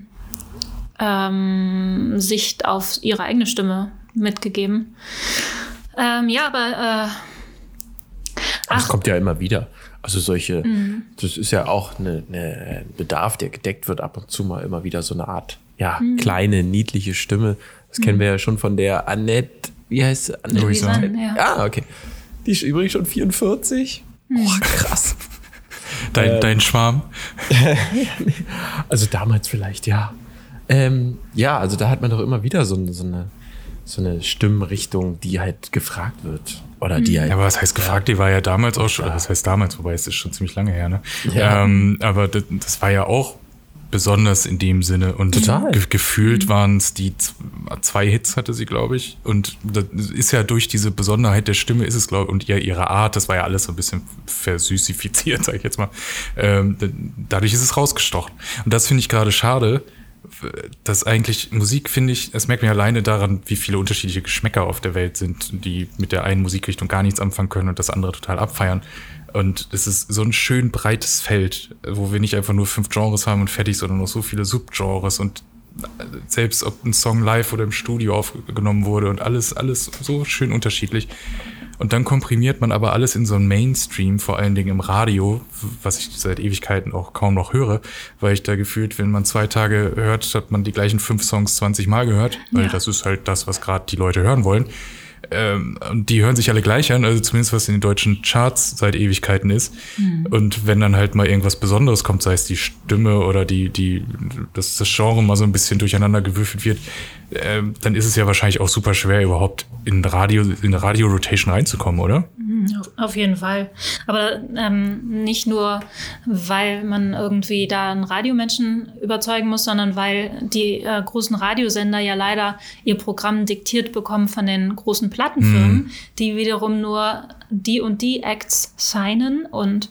ähm, Sicht auf ihre eigene Stimme mitgegeben. Ähm, ja, aber äh, das kommt ja immer wieder. Also solche, mhm. das ist ja auch eine, eine Bedarf, der gedeckt wird, ab und zu mal immer wieder so eine Art, ja, mhm. kleine, niedliche Stimme. Das mhm. kennen wir ja schon von der Annette, wie heißt sie? Annette Louisanne, ja. Ah, okay. Die ist übrigens schon vierundvierzig. Mhm. Boah, krass. Dein, ähm, dein Schwarm. Also damals vielleicht, ja. Ähm, ja, also da hat man doch immer wieder so, so eine so eine Stimmrichtung, die halt gefragt wird. Oder die halt, ja, aber was heißt gefragt? Die war ja damals auch schon, ja. das heißt damals, wobei es ist schon ziemlich lange her, ne? Ja. Ähm, aber das, das war ja auch besonders in dem Sinne. Und Total. Ge- gefühlt mhm. waren es die z- zwei Hits hatte sie, glaube ich. Und das ist ja durch diese Besonderheit der Stimme ist es, glaube ich, und ihr, ihre Art, das war ja alles so ein bisschen versüßifiziert, sag ich jetzt mal. Ähm, dadurch ist es rausgestochen. Und das finde ich gerade schade, dass eigentlich Musik, finde ich, das merkt man ja alleine daran, wie viele unterschiedliche Geschmäcker auf der Welt sind, die mit der einen Musikrichtung gar nichts anfangen können und das andere total abfeiern. Und es ist so ein schön breites Feld, wo wir nicht einfach nur fünf Genres haben und fertig, sondern noch so viele Subgenres und selbst ob ein Song live oder im Studio aufgenommen wurde und alles, alles so schön unterschiedlich. Und dann komprimiert man aber alles in so einen Mainstream, vor allen Dingen im Radio, was ich seit Ewigkeiten auch kaum noch höre, weil ich da gefühlt, wenn man zwei Tage hört, hat man die gleichen fünf Songs zwanzig Mal gehört, weil ja. das ist halt das, was gerade die Leute hören wollen. Ähm, und die hören sich alle gleich an, also zumindest was in den deutschen Charts seit Ewigkeiten ist. Mhm. Und wenn dann halt mal irgendwas Besonderes kommt, sei es die Stimme oder die, die, dass das Genre mal so ein bisschen durcheinander gewürfelt wird, äh, dann ist es ja wahrscheinlich auch super schwer, überhaupt in Radio, in eine Radio-Rotation reinzukommen, oder? Auf jeden Fall. Aber ähm, nicht nur, weil man irgendwie da einen Radiomenschen überzeugen muss, sondern weil die äh, großen Radiosender ja leider ihr Programm diktiert bekommen von den großen Plattenfirmen, mhm. die wiederum nur die und die Acts signen. Und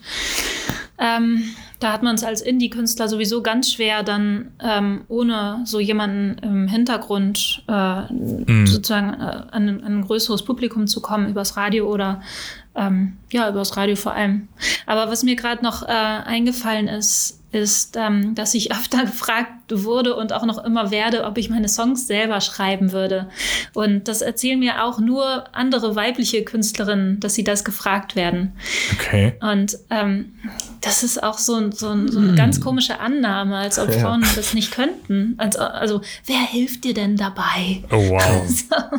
ähm, da hat man es als Indie-Künstler sowieso ganz schwer, dann ähm, ohne so jemanden im Hintergrund äh, mhm. sozusagen äh, an, an ein größeres Publikum zu kommen, übers Radio oder ähm, ja, übers Radio vor allem. Aber was mir gerade noch äh, eingefallen ist, ist, ähm, dass ich öfter gefragt wurde und auch noch immer werde, ob ich meine Songs selber schreiben würde. Und das erzählen mir auch nur andere weibliche Künstlerinnen, dass sie das gefragt werden. Okay. Und ähm, das ist auch so, so, so eine mm. ganz komische Annahme, als ob ja. Frauen das nicht könnten. Also, also, wer hilft dir denn dabei? Oh, wow. Also,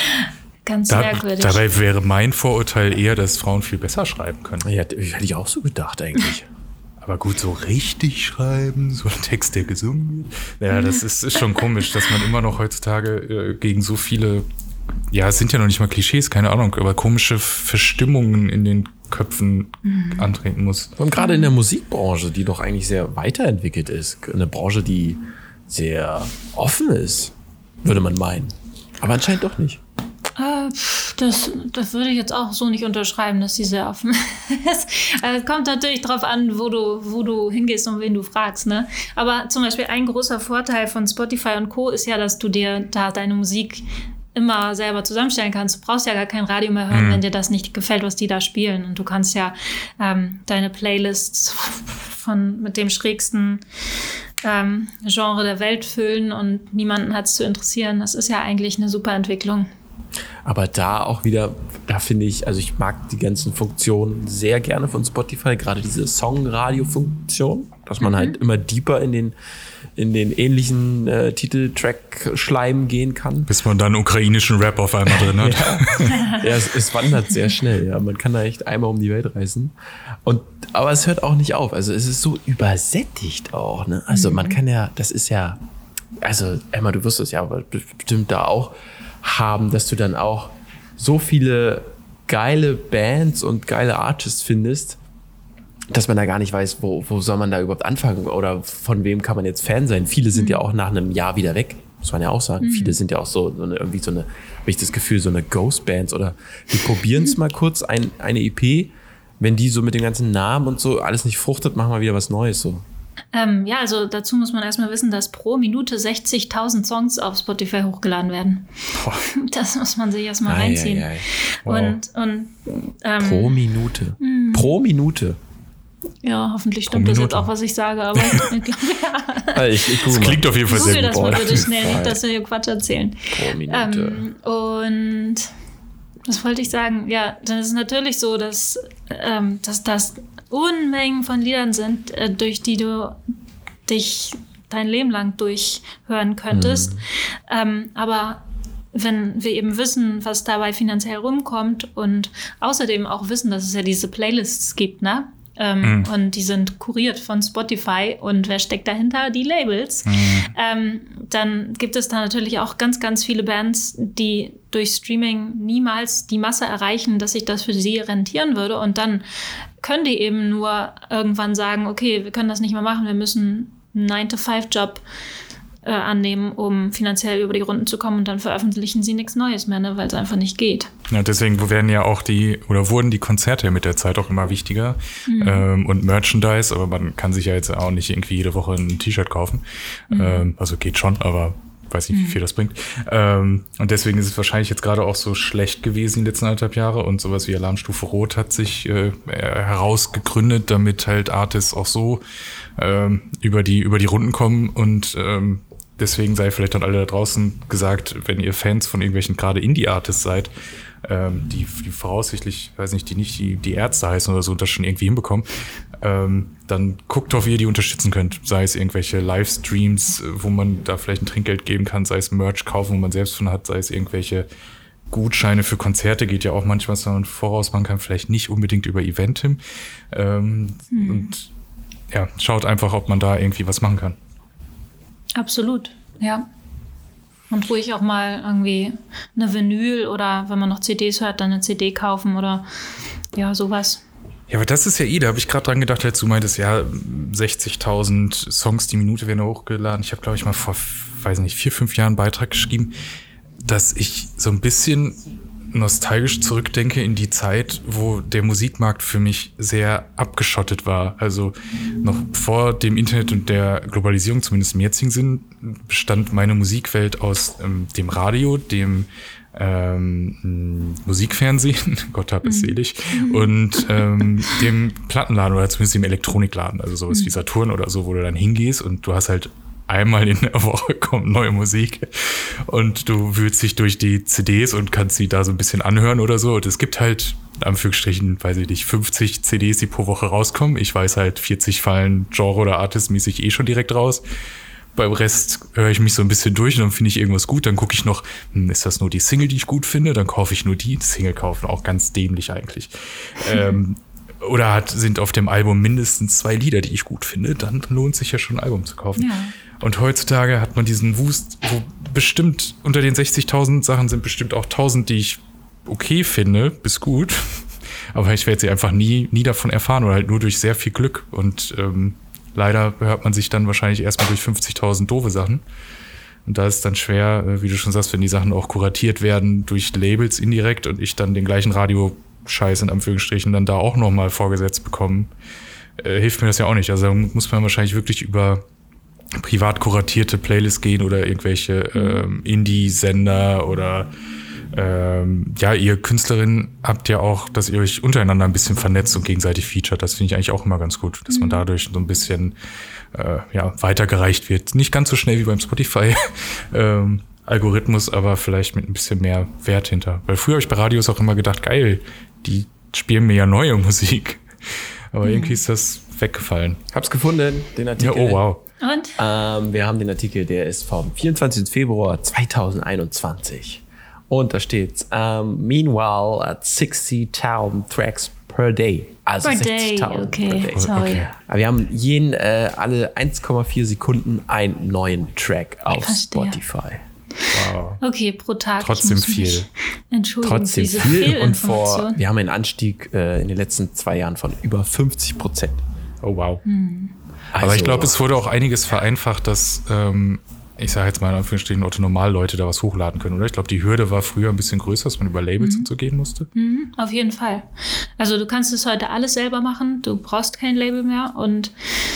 ganz da, merkwürdig. Dabei wäre mein Vorurteil eher, dass Frauen viel besser schreiben können. Ja, hätte ich auch so gedacht eigentlich. Aber gut, so richtig schreiben, so ein Text, der gesungen wird. Ja, das ist, ist schon komisch, dass man immer noch heutzutage äh, gegen so viele, ja, es sind ja noch nicht mal Klischees, keine Ahnung, aber komische Verstimmungen in den Köpfen mhm. antreten muss. Und gerade in der Musikbranche, die doch eigentlich sehr weiterentwickelt ist, eine Branche, die sehr offen ist, würde man meinen. Aber anscheinend doch nicht. Äh, das, das würde ich jetzt auch so nicht unterschreiben, dass sie sehr offen ist. Es kommt natürlich drauf an, wo du, wo du hingehst und wen du fragst, ne? Aber zum Beispiel ein großer Vorteil von Spotify und Co. ist ja, dass du dir da deine Musik immer selber zusammenstellen kannst. Du brauchst ja gar kein Radio mehr hören, mhm. wenn dir das nicht gefällt, was die da spielen. Und du kannst ja ähm, deine Playlists von mit dem schrägsten ähm, Genre der Welt füllen und niemanden hat es zu interessieren. Das ist ja eigentlich eine super Entwicklung. Aber da auch wieder, da finde ich, also ich mag die ganzen Funktionen sehr gerne von Spotify, gerade diese Song-Radio-Funktion, dass man mhm. halt immer deeper in den, in den ähnlichen äh, Titeltrack-Schleim gehen kann. Bis man dann ukrainischen Rap auf einmal drin hat. ja, ja es, es wandert sehr schnell, ja. Man kann da echt einmal um die Welt reisen. Und, aber es hört auch nicht auf. Also es ist so übersättigt auch, ne? Also mhm. man kann ja, das ist ja, also Emma, du wirst es ja aber bestimmt da auch haben, dass du dann auch so viele geile Bands und geile Artists findest, dass man da gar nicht weiß, wo, wo soll man da überhaupt anfangen oder von wem kann man jetzt Fan sein. Viele sind mhm. ja auch nach einem Jahr wieder weg, muss man ja auch sagen. Mhm. Viele sind ja auch so, so eine, irgendwie so eine, habe ich das Gefühl, so eine Ghost-Bands oder die probieren es mal kurz, ein, eine E P, wenn die so mit dem ganzen Namen und so alles nicht fruchtet, machen wir wieder was Neues so. Ähm, ja, also dazu muss man erstmal wissen, dass pro Minute sechzigtausend Songs auf Spotify hochgeladen werden. Boah. Das muss man sich erstmal ei, reinziehen. Ei, ei. Wow. Und, und, ähm, pro Minute. Mh. Pro Minute. Ja, hoffentlich stimmt das jetzt auch, was ich sage, aber ich glaube, ja. Ich, ich das klingt auf jeden Fall sehr gut. Das mal bitte schnell, nicht, dass wir hier Quatsch erzählen. Pro Minute. Ähm, und was wollte ich sagen? Ja, dann ist es natürlich so, dass, ähm, dass das Unmengen von Liedern sind, äh, durch die du dich dein Leben lang durchhören könntest. Mhm. Ähm, aber wenn wir eben wissen, was dabei finanziell rumkommt und außerdem auch wissen, dass es ja diese Playlists gibt, ne? Ähm, mhm. Und die sind kuriert von Spotify und wer steckt dahinter? Die Labels. Mhm. Ähm, dann gibt es da natürlich auch ganz, ganz viele Bands, die durch Streaming niemals die Masse erreichen, dass sich das für sie rentieren würde. Und dann können die eben nur irgendwann sagen, okay, wir können das nicht mehr machen, wir müssen einen nine to five Job äh, annehmen, um finanziell über die Runden zu kommen und dann veröffentlichen sie nichts Neues mehr, ne, weil es einfach nicht geht. Ja, deswegen werden ja auch die, oder wurden die Konzerte mit der Zeit auch immer wichtiger mhm. ähm, und Merchandise, aber man kann sich ja jetzt auch nicht irgendwie jede Woche ein T-Shirt kaufen. Mhm. Ähm, also geht schon, aber weiß nicht, wie viel das bringt. Ähm, und deswegen ist es wahrscheinlich jetzt gerade auch so schlecht gewesen die letzten anderthalb Jahre und sowas wie Alarmstufe Rot hat sich äh, herausgegründet, damit halt Artists auch so ähm, über die über die Runden kommen und ähm, deswegen sei vielleicht dann alle da draußen gesagt, wenn ihr Fans von irgendwelchen gerade Indie-Artists seid, ähm, die, die voraussichtlich, weiß nicht, die nicht die, die Ärzte heißen oder so und das schon irgendwie hinbekommen, ähm, dann guckt drauf, wie ihr die unterstützen könnt. Sei es irgendwelche Livestreams, wo man da vielleicht ein Trinkgeld geben kann, sei es Merch kaufen, wo man selbst von hat, sei es irgendwelche Gutscheine für Konzerte, geht ja auch manchmal, was man voraus machen kann, vielleicht nicht unbedingt über Eventim. Ähm, hm. Und ja, schaut einfach, ob man da irgendwie was machen kann. Absolut, ja. Und ruhig auch mal irgendwie eine Vinyl oder wenn man noch C Ds hört, dann eine C D kaufen oder ja, sowas. Ja, aber das ist ja eh, da habe ich gerade dran gedacht, als du meintest, ja, sechzigtausend Songs die Minute werden hochgeladen. Ich habe, glaube ich, mal vor, weiß nicht, vier, fünf Jahren einen Beitrag geschrieben, dass ich so ein bisschen nostalgisch zurückdenke in die Zeit, wo der Musikmarkt für mich sehr abgeschottet war. Also noch vor dem Internet und der Globalisierung, zumindest im jetzigen Sinn, bestand meine Musikwelt aus ähm, dem Radio, dem ähm, Musikfernsehen, Gott hab es selig, und ähm, dem Plattenladen oder zumindest dem Elektronikladen, also sowas wie Saturn oder so, wo du dann hingehst und du hast halt einmal in der Woche kommt neue Musik und du wühlst dich durch die C Ds und kannst sie da so ein bisschen anhören oder so. Und es gibt halt, in Anführungsstrichen, weiß ich nicht, fünfzig C Ds, die pro Woche rauskommen. Ich weiß halt, vierzig fallen Genre- oder Artist-mäßig eh schon direkt raus. Beim Rest höre ich mich so ein bisschen durch und dann finde ich irgendwas gut. Dann gucke ich noch, hm, ist das nur die Single, die ich gut finde? Dann kaufe ich nur die. Single kaufen auch ganz dämlich eigentlich. ähm, oder hat, sind auf dem Album mindestens zwei Lieder, die ich gut finde. Dann lohnt sich ja schon ein Album zu kaufen. Ja. Und heutzutage hat man diesen Wust, wo bestimmt unter den sechzigtausend Sachen sind bestimmt auch tausend, die ich okay finde, bis gut. Aber ich werde sie einfach nie, nie davon erfahren oder halt nur durch sehr viel Glück. Und ähm, leider hört man sich dann wahrscheinlich erstmal durch fünfzigtausend doofe Sachen. Und da ist dann schwer, wie du schon sagst, wenn die Sachen auch kuratiert werden durch Labels indirekt und ich dann den gleichen Radioscheiß in Anführungsstrichen dann da auch nochmal vorgesetzt bekomme, äh, hilft mir das ja auch nicht. Also muss man wahrscheinlich wirklich über privat kuratierte Playlists gehen oder irgendwelche ähm, Indie-Sender oder ähm, ja, ihr Künstlerinnen habt ja auch, dass ihr euch untereinander ein bisschen vernetzt und gegenseitig featuret. Das finde ich eigentlich auch immer ganz gut, dass man dadurch so ein bisschen äh, ja, weitergereicht wird. Nicht ganz so schnell wie beim Spotify ähm, Algorithmus, aber vielleicht mit ein bisschen mehr Wert hinter. Weil früher habe ich bei Radios auch immer gedacht, geil, die spielen mir ja neue Musik. Aber mhm. irgendwie ist das weggefallen. Hab's gefunden, den Artikel. Ja, oh wow. Und? Ähm, wir haben den Artikel, der ist vom vierundzwanzigsten Februar zweitausendeinundzwanzig. Und da steht, um, meanwhile at sixty-tausend tracks per day. Also per day, okay, per day. Sorry. Okay. Aber wir haben jeden, äh, alle eins Komma vier Sekunden einen neuen Track auf Spotify. Wow. Okay, pro Tag. Trotzdem viel. Entschuldigung, Trotzdem diese viel. Und vor, wir haben einen Anstieg äh, in den letzten zwei Jahren von über fünfzig Prozent. Oh wow. Hm. Aber also, ich glaube, es wurde auch einiges vereinfacht, dass, ähm, ich sage jetzt mal in Anführungsstrichen, Otto-Normal-Leute da was hochladen können, oder? Ich glaube, die Hürde war früher ein bisschen größer, dass man über Labels mhm. und so gehen musste. Mhm, auf jeden Fall. Also du kannst es heute alles selber machen, du brauchst kein Label mehr und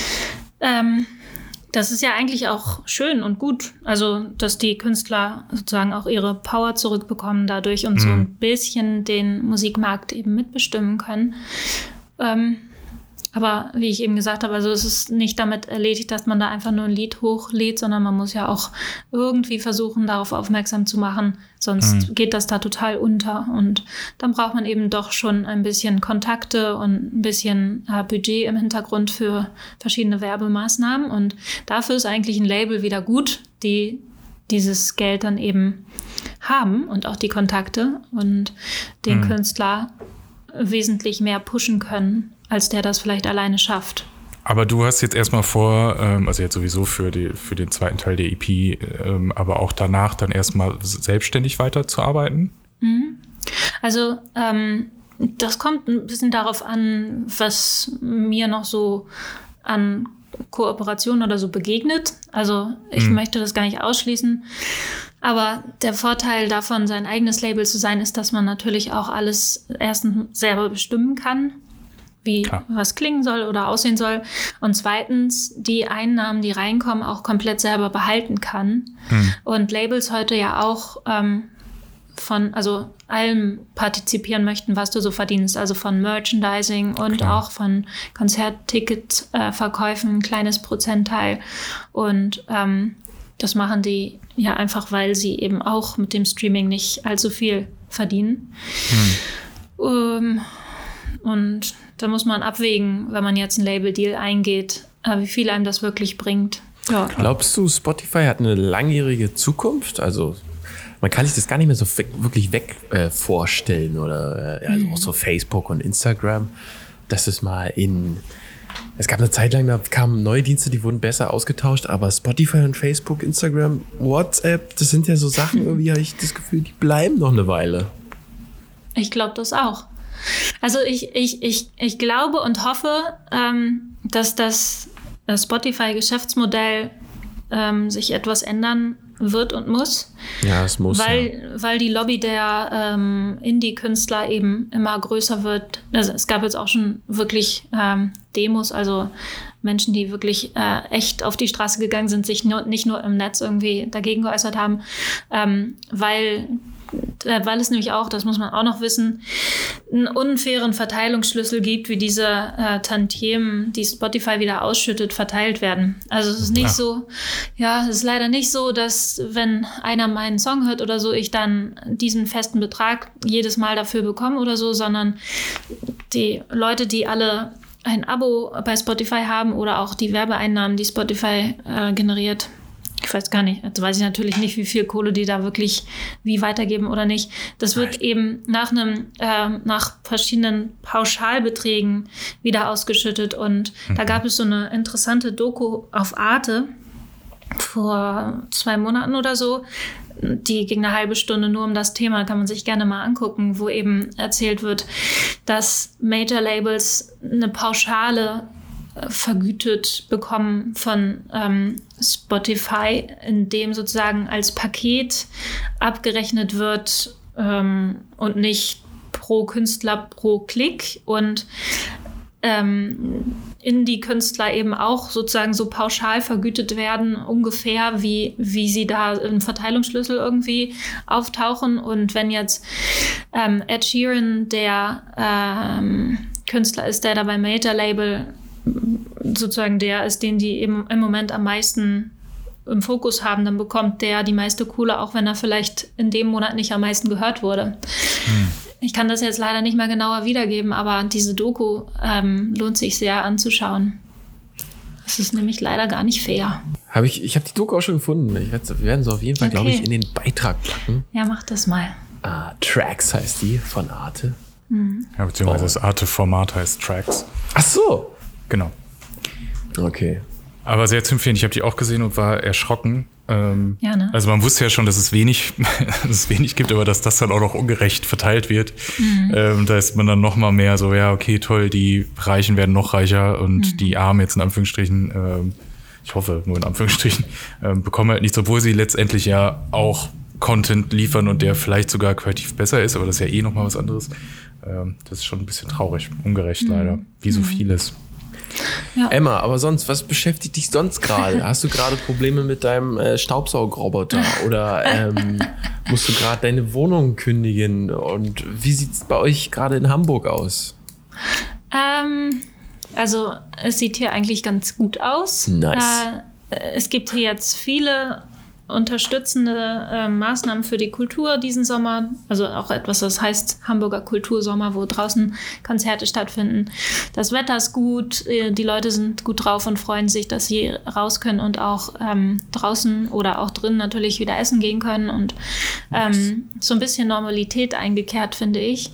ähm, das ist ja eigentlich auch schön und gut, also dass die Künstler sozusagen auch ihre Power zurückbekommen dadurch und mhm. so ein bisschen den Musikmarkt eben mitbestimmen können. Ähm, Aber wie ich eben gesagt habe, also es ist nicht damit erledigt, dass man da einfach nur ein Lied hochlädt, sondern man muss ja auch irgendwie versuchen, darauf aufmerksam zu machen. Sonst mhm. geht das da total unter. Und dann braucht man eben doch schon ein bisschen Kontakte und ein bisschen äh, Budget im Hintergrund für verschiedene Werbemaßnahmen. Und dafür ist eigentlich ein Label wieder gut, die dieses Geld dann eben haben und auch die Kontakte und den mhm. Künstler wesentlich mehr pushen können, als der das vielleicht alleine schafft. Aber du hast jetzt erstmal vor, ähm, also jetzt sowieso für, die, für den zweiten Teil der E P, ähm, aber auch danach dann erstmal selbstständig weiterzuarbeiten? Mhm. Also ähm, das kommt ein bisschen darauf an, was mir noch so an Kooperation oder so begegnet. Also ich mhm. möchte das gar nicht ausschließen. Aber der Vorteil davon, sein eigenes Label zu sein, ist, dass man natürlich auch alles erstens selber bestimmen kann, wie Klar. was klingen soll oder aussehen soll. Und zweitens, die Einnahmen, die reinkommen, auch komplett selber behalten kann. Hm. Und Labels heute ja auch ähm, von, also allem partizipieren möchten, was du so verdienst. Also von Merchandising und Klar. auch von Konzertticketverkäufen, äh, ein kleines Prozentteil. Und ähm, das machen die ja einfach, weil sie eben auch mit dem Streaming nicht allzu viel verdienen. Hm. Um, und da muss man abwägen, wenn man jetzt einen Label-Deal eingeht, wie viel einem das wirklich bringt. Ja. Glaubst du, Spotify hat eine langjährige Zukunft? Also man kann sich das gar nicht mehr so weg, wirklich weg äh, vorstellen. Oder äh, also mhm. auch so Facebook und Instagram. Das ist mal in... Es gab eine Zeit lang, da kamen neue Dienste, die wurden besser ausgetauscht, aber Spotify und Facebook, Instagram, WhatsApp, das sind ja so Sachen, irgendwie habe ich das Gefühl, die bleiben noch eine Weile. Ich glaube das auch. Also ich, ich, ich, ich glaube und hoffe, ähm, dass das Spotify-Geschäftsmodell ähm, sich etwas ändern wird und muss. Ja, es muss. Weil, ja. weil die Lobby der ähm, Indie-Künstler eben immer größer wird. Also es gab jetzt auch schon wirklich ähm, Demos, also Menschen, die wirklich äh, echt auf die Straße gegangen sind, sich nur, nicht nur im Netz irgendwie dagegen geäußert haben, ähm, weil weil es nämlich auch, das muss man auch noch wissen, einen unfairen Verteilungsschlüssel gibt, wie diese äh, Tantiemen, die Spotify wieder ausschüttet, verteilt werden. Also es ist nicht ja. so, ja, es ist leider nicht so, dass wenn einer meinen Song hört oder so, ich dann diesen festen Betrag jedes Mal dafür bekomme oder so, sondern die Leute, die alle ein Abo bei Spotify haben oder auch die Werbeeinnahmen, die Spotify äh, generiert, ich weiß gar nicht, jetzt weiß ich natürlich nicht, wie viel Kohle die da wirklich wie weitergeben oder nicht. Das wird Nein. eben nach einem, äh, nach verschiedenen Pauschalbeträgen wieder ausgeschüttet. Und mhm. da gab es so eine interessante Doku auf Arte vor zwei Monaten oder so. Die ging eine halbe Stunde nur um das Thema, kann man sich gerne mal angucken, wo eben erzählt wird, dass Major-Labels eine Pauschale vergütet bekommen von ähm, Spotify, in dem sozusagen als Paket abgerechnet wird ähm, und nicht pro Künstler pro Klick und ähm, Indie-Künstler eben auch sozusagen so pauschal vergütet werden, ungefähr wie, wie sie da im Verteilungsschlüssel irgendwie auftauchen. Und wenn jetzt ähm, Ed Sheeran der ähm, Künstler ist, der da beim Major-Label sozusagen der ist, den die eben im Moment am meisten im Fokus haben, dann bekommt der die meiste Kohle, auch wenn er vielleicht in dem Monat nicht am meisten gehört wurde. Hm. Ich kann das jetzt leider nicht mehr genauer wiedergeben, aber diese Doku ähm, lohnt sich sehr anzuschauen. Das ist nämlich leider gar nicht fair. Hab ich ich habe die Doku auch schon gefunden. Ich werd, wir werden sie auf jeden Fall, okay. glaube ich, in den Beitrag packen. Ja, mach das mal. Ah, Tracks heißt die, von Arte. Mhm. Ja, beziehungsweise oh. das Arte-Format heißt Tracks. Ach so. Genau. Okay. Aber sehr zu empfehlen. Ich habe die auch gesehen und war erschrocken. Ähm, ja, ne? Also man wusste ja schon, dass es wenig, dass es wenig gibt, aber dass das dann auch noch ungerecht verteilt wird. Mhm. Ähm, da ist man dann noch mal mehr so, ja, okay, toll, die Reichen werden noch reicher und mhm. die Armen jetzt in Anführungsstrichen, ähm, ich hoffe nur in Anführungsstrichen, ähm, bekommen halt nichts, obwohl sie letztendlich ja auch Content liefern und der vielleicht sogar qualitativ besser ist, aber das ist ja eh noch mal was anderes. Ähm, das ist schon ein bisschen traurig, ungerecht mhm. leider, wie so vieles. Ja. Emma, aber sonst, was beschäftigt dich sonst gerade? Hast du gerade Probleme mit deinem äh, Staubsaugerroboter oder ähm, musst du gerade deine Wohnung kündigen? Und wie sieht es bei euch gerade in Hamburg aus? Ähm, also es sieht hier eigentlich ganz gut aus. Nice. Äh, es gibt hier jetzt viele unterstützende äh, Maßnahmen für die Kultur diesen Sommer. Also auch etwas, das heißt Hamburger Kultursommer, wo draußen Konzerte stattfinden. Das Wetter ist gut, die Leute sind gut drauf und freuen sich, dass sie raus können und auch ähm, draußen oder auch drin natürlich wieder essen gehen können. Und ähm, so ein bisschen Normalität eingekehrt, finde ich.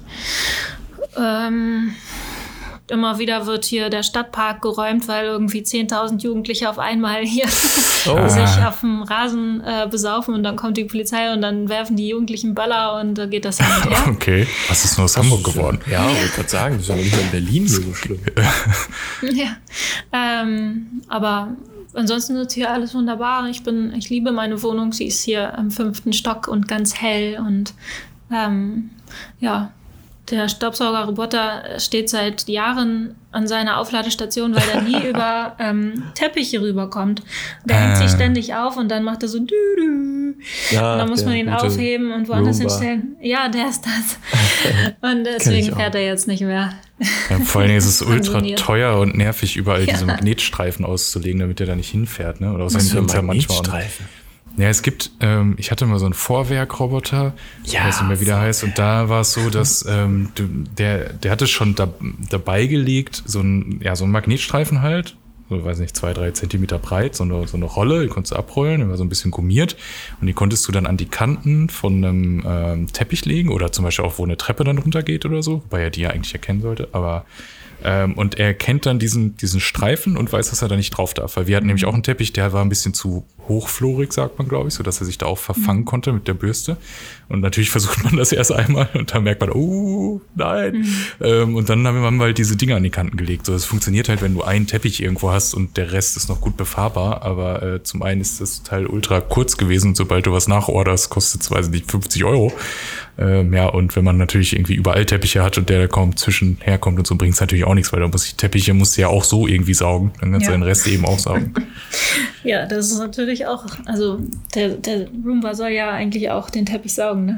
Ähm, Immer wieder wird hier der Stadtpark geräumt, weil irgendwie zehntausend Jugendliche auf einmal hier oh. sich auf dem Rasen äh, besaufen und dann kommt die Polizei und dann werfen die Jugendlichen Böller und da geht das hin und her. Okay, was ist nur aus Hamburg geworden? Ja, ich wollte gerade sagen, das ist ja nicht nur in Berlin so schlimm. Ja, ähm, aber ansonsten ist hier alles wunderbar. Ich bin, ich liebe meine Wohnung, sie ist hier im fünften Stock und ganz hell und ähm, ja, der Staubsaugerroboter steht seit Jahren an seiner Aufladestation, weil er nie über ähm, Teppiche rüberkommt. Der äh. hängt sich ständig auf und dann macht er so dü-dü. Ja, und dann muss man ihn aufheben und woanders Roomba. hinstellen. Ja, der ist das. Und deswegen fährt er jetzt nicht mehr. Ja, vor allen Dingen ist es ultra teuer und nervig, überall ja. diese Magnetstreifen auszulegen, damit er da nicht hinfährt. Ne? Oder aus einem Magnetstreifen. Ja, es gibt, ähm, ich hatte mal so einen Vorwerkroboter, ja, ich weiß nicht mehr, wie der heißt, und da war es so, dass ähm, du, der, der hatte schon da, dabei gelegt, so ein, ja, so ein Magnetstreifen halt, so, weiß nicht, zwei, drei Zentimeter breit, so eine, so eine Rolle, die konntest du abrollen, die war so ein bisschen gummiert und die konntest du dann an die Kanten von einem ähm, Teppich legen oder zum Beispiel auch, wo eine Treppe dann runtergeht oder so, wobei er die ja eigentlich erkennen sollte, aber Ähm, und er kennt dann diesen, diesen Streifen und weiß, dass er da nicht drauf darf. Weil wir hatten nämlich auch einen Teppich, der war ein bisschen zu hochflorig, sagt man, glaube ich, sodass er sich da auch verfangen mhm. konnte mit der Bürste. Und natürlich versucht man das erst einmal und dann merkt man, oh, nein. Mhm. Ähm, und dann haben wir halt diese Dinger an die Kanten gelegt. So, das funktioniert halt, wenn du einen Teppich irgendwo hast und der Rest ist noch gut befahrbar. Aber äh, zum einen ist das Teil ultra kurz gewesen und sobald du was nachorderst, kostet es, weiß nicht, fünfzig Euro. Ähm, ja, und wenn man natürlich irgendwie überall Teppiche hat und der da kaum zwischenherkommt und so, bringt es natürlich auch nichts, weil da muss ich Teppiche musst du ja auch so irgendwie saugen. Dann kannst ja. du den Rest eben auch saugen. Ja, das ist natürlich auch, also der, der Roomba soll ja eigentlich auch den Teppich saugen, ne?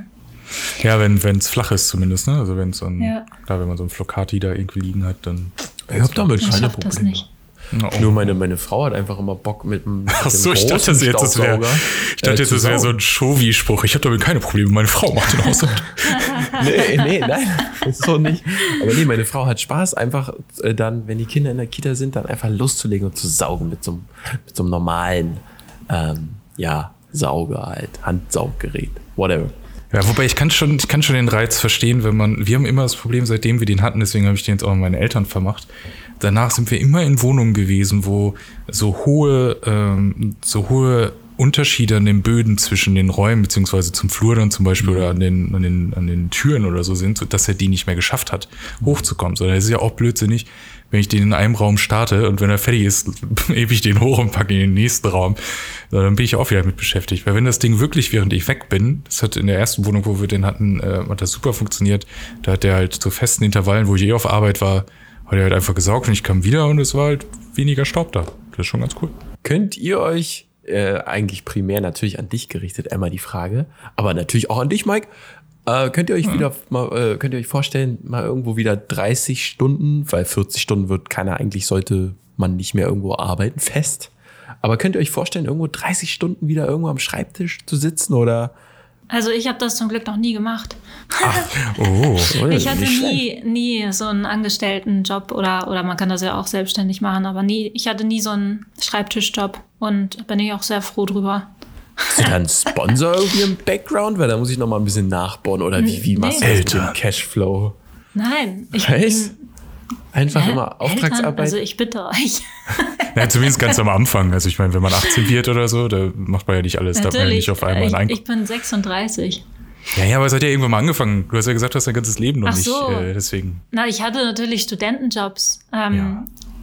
Ja, wenn es flach ist zumindest, ne? Also wenn es so ein, ja. klar, wenn man so ein Flocati da irgendwie liegen hat, dann. Ich hab damit ich keine schaff das Probleme. nicht. No. Nur meine, meine Frau hat einfach immer Bock mit einem Ach so, ich dachte jetzt, das wäre ich dachte, jetzt, das wäre so ein Shovi-Spruch. Ich habe damit keine Probleme, meine Frau macht den Haushalt. nee, nee, nein, so nicht. Aber nee, meine Frau hat Spaß, einfach äh, dann, wenn die Kinder in der Kita sind, dann einfach loszulegen und zu saugen mit so einem, mit so einem normalen, ähm, ja, Sauger halt, Handsauggerät, whatever. Ja, wobei ich kann schon, ich kann schon den Reiz verstehen, wenn man, wir haben immer das Problem, seitdem wir den hatten, deswegen habe ich den jetzt auch an meine Eltern vermacht. Danach sind wir immer in Wohnungen gewesen, wo so hohe, ähm, so hohe Unterschiede an den Böden zwischen den Räumen, beziehungsweise zum Flur dann zum Beispiel oder an den, an den, an den Türen oder so sind, sodass er die nicht mehr geschafft hat, hochzukommen. Sondern es ist ja auch blödsinnig, wenn ich den in einem Raum starte und wenn er fertig ist, hebe ich den hoch und packe ihn in den nächsten Raum. Dann bin ich auch wieder mit beschäftigt. Weil wenn das Ding wirklich, während ich weg bin, das hat in der ersten Wohnung, wo wir den hatten, äh, hat das super funktioniert. Da hat der halt zu festen Intervallen, wo ich eh auf Arbeit war, hat er halt einfach gesaugt und ich kam wieder und es war halt weniger Staub da. Das ist schon ganz cool. Könnt ihr euch äh, eigentlich primär natürlich an dich gerichtet, Emma, die Frage, aber natürlich auch an dich, Mike, äh, könnt ihr euch ja. wieder mal, äh, könnt ihr euch vorstellen, mal irgendwo wieder dreißig Stunden, weil vierzig Stunden wird keiner, eigentlich sollte man nicht mehr irgendwo arbeiten, fest. Aber könnt ihr euch vorstellen, irgendwo dreißig Stunden wieder irgendwo am Schreibtisch zu sitzen oder? Also ich habe das zum Glück noch nie gemacht. Ach, oh, ich hatte nie, nie so einen Angestelltenjob oder, oder man kann das ja auch selbstständig machen, aber nie, ich hatte nie so einen Schreibtischjob und bin ich auch sehr froh drüber. Hast du da einen Sponsor irgendwie im Background? Weil da muss ich noch mal ein bisschen nachbauen oder wie, wie machst nee. du das mit dem Cashflow? Nein. Ich Was? Einfach Hä? immer Auftragsarbeit? Also ich bitte euch. Ja, zumindest ganz am Anfang. Also ich meine, wenn man achtzehn wird oder so, da macht man ja nicht alles. Da hat man ja nicht auf einmal ein Einkommen. Ich bin sechsunddreißig. Ja, ja, aber es hat ja irgendwann mal angefangen. Du hast ja gesagt, du hast dein ganzes Leben noch Ach so. nicht. Äh, deswegen. Na, ich hatte natürlich Studentenjobs. Ähm, Ja.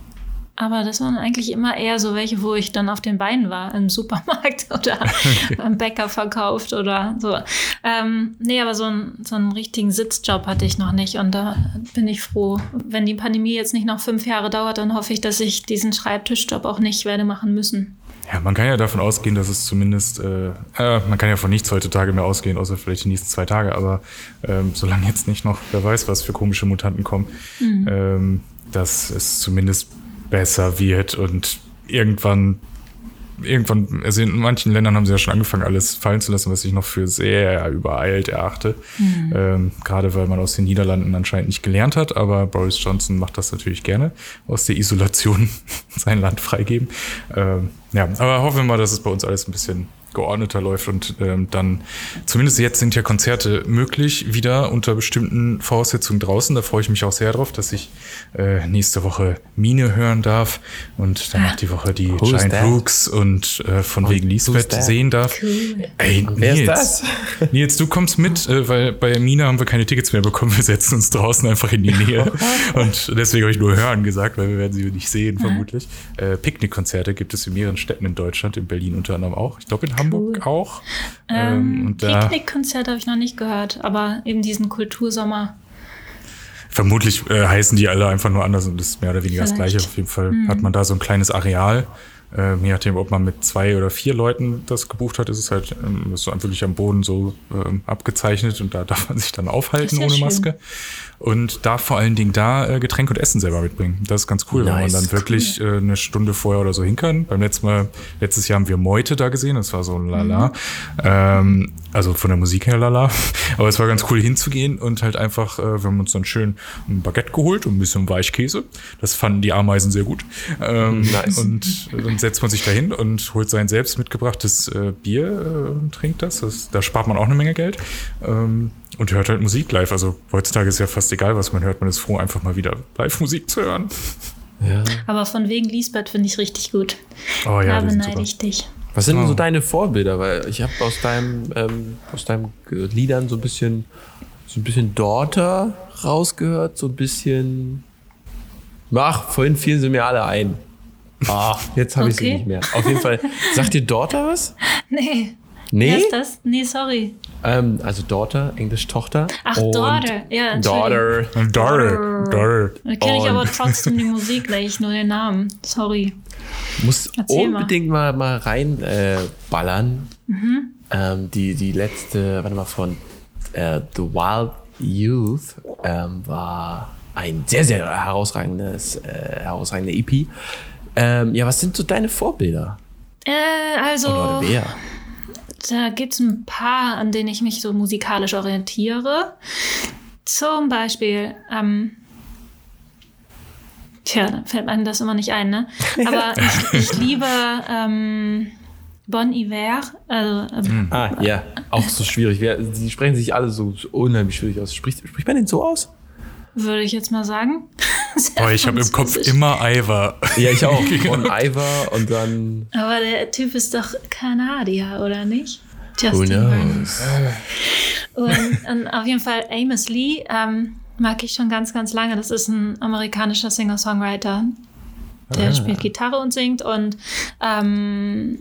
Aber das waren eigentlich immer eher so welche, wo ich dann auf den Beinen war, im Supermarkt oder beim Bäcker verkauft oder so. Ähm, nee, aber so, ein, so einen richtigen Sitzjob hatte ich noch nicht und da bin ich froh. Wenn die Pandemie jetzt nicht noch fünf Jahre dauert, dann hoffe ich, dass ich diesen Schreibtischjob auch nicht werde machen müssen. Ja, man kann ja davon ausgehen, dass es zumindest, äh, äh, man kann ja von nichts heutzutage mehr ausgehen, außer vielleicht die nächsten zwei Tage, aber ähm, solange jetzt nicht noch, wer weiß, was für komische Mutanten kommen, mhm. ähm, dass es zumindest besser wird und irgendwann, irgendwann, also in manchen Ländern haben sie ja schon angefangen, alles fallen zu lassen, was ich noch für sehr übereilt erachte. Mhm. Ähm, gerade weil man aus den Niederlanden anscheinend nicht gelernt hat, aber Boris Johnson macht das natürlich gerne, aus der Isolation sein Land freigeben. Ähm, ja, aber hoffen wir mal, dass es bei uns alles ein bisschen geordneter läuft und ähm, dann, zumindest jetzt sind ja Konzerte möglich, wieder unter bestimmten Voraussetzungen draußen. Da freue ich mich auch sehr drauf, dass ich äh, nächste Woche Mine hören darf und danach die Woche die Who's Giant that? Rooks und äh, von wegen Lisbeth sehen darf. Cool. Ey, Wer ist Nils, das? Nils, du kommst mit, äh, weil bei Mine haben wir keine Tickets mehr bekommen. Wir setzen uns draußen einfach in die Nähe und deswegen habe ich nur hören gesagt, weil wir werden sie nicht sehen, vermutlich. Äh, Picknickkonzerte gibt es in mehreren Städten in Deutschland, in Berlin unter anderem auch. Ich glaube in Hamburg Cool. auch. Ähm, und da Picknickkonzert habe ich noch nicht gehört, aber eben diesen Kultursommer. vermutlich äh, heißen die alle einfach nur anders und das ist mehr oder weniger Vielleicht. das Gleiche. Auf jeden Fall Mhm. hat man da so ein kleines Areal. Ähm, je nachdem, ob man mit zwei oder vier Leuten das gebucht hat, ist es halt ähm, ist so wirklich am Boden so ähm, abgezeichnet und da darf man sich dann aufhalten Das ist ja ohne schön. Maske. Und darf vor allen Dingen da äh, Getränk und Essen selber mitbringen. Das ist ganz cool, Nice. wenn man dann wirklich äh, eine Stunde vorher oder so hin kann. Beim letzten Mal, letztes Jahr haben wir Meute da gesehen, das war so ein Lala. Mhm. Ähm, also von der Musik her Lala. Aber es war ganz cool hinzugehen und halt einfach, äh, wir haben uns dann schön ein Baguette geholt und ein bisschen Weichkäse. Das fanden die Ameisen sehr gut. Ähm, Nice. Und dann setzt man sich da hin und holt sein selbst mitgebrachtes äh, Bier äh, und trinkt das. das. Da spart man auch eine Menge Geld. Ähm, und hört halt Musik live. Also heutzutage ist ja fast egal, was man hört. Man ist froh, einfach mal wieder Live-Musik zu hören. Ja. Aber von wegen Lisbeth finde ich richtig gut. Oh ja, da die sind beneide super. ich dich. Was sind denn Oh. so deine Vorbilder? Weil ich habe aus deinem ähm, aus deinen Liedern so ein bisschen so ein bisschen Daughter rausgehört, so ein bisschen. Ach, vorhin fielen sie mir alle ein. Ah, jetzt habe ich sie Okay. nicht mehr. Auf jeden Fall. Sagt dir Daughter was? Nee. Nee? Wer ist das? Nee, sorry. Ähm, also Daughter, Englisch Tochter. Ach, Und Daughter. Ja, Daughter. Daughter, Daughter. Da kenne ich Und- aber trotzdem die Musik gleich, nur den Namen. Sorry. Muss Erzähl mal. unbedingt mal, mal rein äh, ballern. Mhm. Ähm, die, die letzte, warte mal, von äh, The Wild Youth ähm, war ein sehr, sehr herausragendes, äh, herausragende E P. Ähm, ja, was sind so deine Vorbilder? Äh, also, oder wer? Da gibt es ein paar, an denen ich mich so musikalisch orientiere. Zum Beispiel, ähm, tja, da fällt einem das immer nicht ein, ne? Aber ich, ich liebe ähm, Bon Iver. Also, ähm, ah, ja, auch so schwierig. Sie sprechen sich alle so unheimlich schwierig aus. Spricht, spricht man den so aus? Würde ich jetzt mal sagen. Boah, ich habe im Kopf immer Ivar. Ja, ich auch. Und Ivar und dann... Aber der Typ ist doch Kanadier, oder nicht? Who knows? Und, und auf jeden Fall Amos Lee ähm, mag ich schon ganz, ganz lange. Das ist ein amerikanischer Singer-Songwriter. Der ah. spielt Gitarre und singt. Und ähm,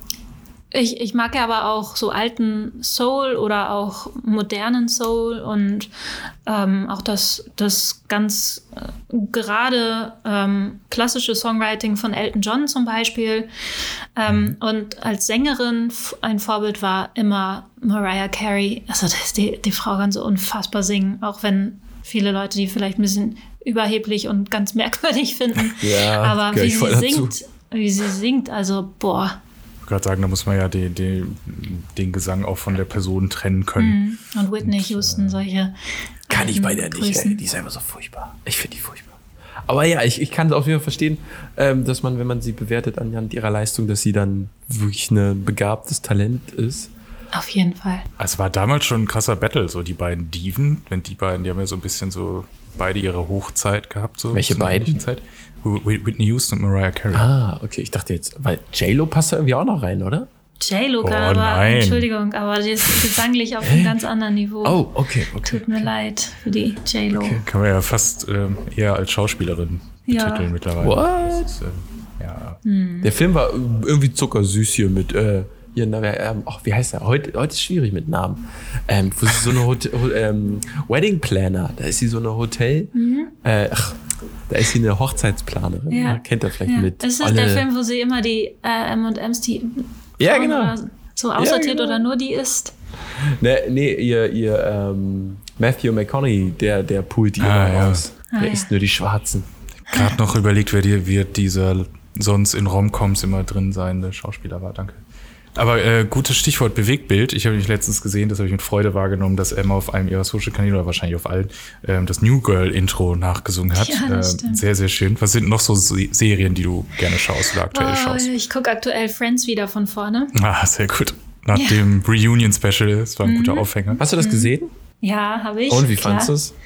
ich, ich mag ja aber auch so alten Soul oder auch modernen Soul und ähm, auch das, das ganz äh, gerade ähm, klassische Songwriting von Elton John zum Beispiel. Ähm, und als Sängerin ein Vorbild war immer Mariah Carey. Also das, die, die Frau kann so unfassbar singen, auch wenn viele Leute die vielleicht ein bisschen überheblich und ganz merkwürdig finden. Ja, aber wie sie singt, wie sie singt, also boah. Ich wollte gerade sagen, da muss man ja den, den, den Gesang auch von der Person trennen können. Mm. Und Whitney und, Houston, solche. Kann ich bei der nicht, ey. Die ist einfach so furchtbar. Ich finde die furchtbar. Aber ja, ich, ich kann es auf jeden Fall verstehen, ähm, dass man, wenn man sie bewertet anhand ihrer Leistung, dass sie dann wirklich ein begabtes Talent ist. Auf jeden Fall. Es war damals schon ein krasser Battle, so die beiden Diven, wenn die beiden, die haben ja so ein bisschen so beide ihre Hochzeit gehabt. So welche beiden? Zeit. Whitney Houston und Mariah Carey. Ah, okay, ich dachte jetzt, weil J-Lo passt da irgendwie auch noch rein, oder? J-Lo, oh, aber, nein. Entschuldigung, aber die ist gesanglich auf einem ganz anderen Niveau. Oh, okay, okay. Tut mir okay. leid für die J-Lo. Okay. Kann man ja fast ähm, eher als Schauspielerin ja. betiteln mittlerweile. What? Das, ähm, ja. Hm. Der Film war irgendwie zuckersüß hier mit, äh, hier, na, ähm, ach, wie heißt der? Heute, heute ist schwierig mit Namen. Ähm, wo sie so eine Hotel, ähm, Wedding Planner, da ist sie so eine Hotel, mhm. äh, ach, da ist sie eine Hochzeitsplanerin. Ja. Kennt ihr vielleicht ja. mit. Ist das alle... der Film, wo sie immer die äh, M und M's, die ja, genau. so aussortiert ja, genau. oder nur die isst? Nee, nee ihr, ihr ähm, Matthew McConaughey, der, der pult die ah, immer ja. aus. Der ah, isst ja. nur die Schwarzen. Gerade noch überlegt, wer dir wird dieser sonst in Rom-Coms immer drin seiende Schauspieler war. Danke. Aber äh, gutes Stichwort Bewegtbild. Ich habe mich letztens gesehen, das habe ich mit Freude wahrgenommen, dass Emma auf einem ihrer Social-Kanäle oder wahrscheinlich auf allen ähm, das New Girl-Intro nachgesungen hat. Ja, das äh, stimmt. Sehr, sehr schön. Was sind noch so Serien, die du gerne schaust oder aktuell oh, schaust? Ich gucke aktuell Friends wieder von vorne. Ah, sehr gut. Nach ja. dem Reunion-Special, das war ein mhm. guter Aufhänger. Hast du das gesehen? Ja, habe ich. Und wie klar. fandest du es?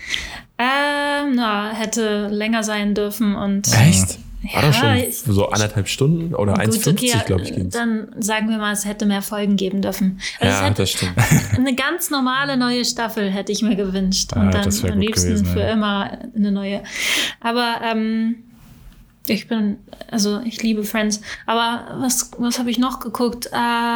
Ähm, na, hätte länger sein dürfen und. Echt? War ja, doch schon so anderthalb Stunden oder eins fünfzig, okay, glaube ich, ging's. Dann sagen wir mal, es hätte mehr Folgen geben dürfen. Also ja, es hätte das stimmt. Eine ganz normale neue Staffel hätte ich mir gewünscht. Ah, und dann das wär am gut liebsten gewesen, für ja. immer eine neue. Aber ähm, ich bin, also ich liebe Friends. Aber was, was habe ich noch geguckt?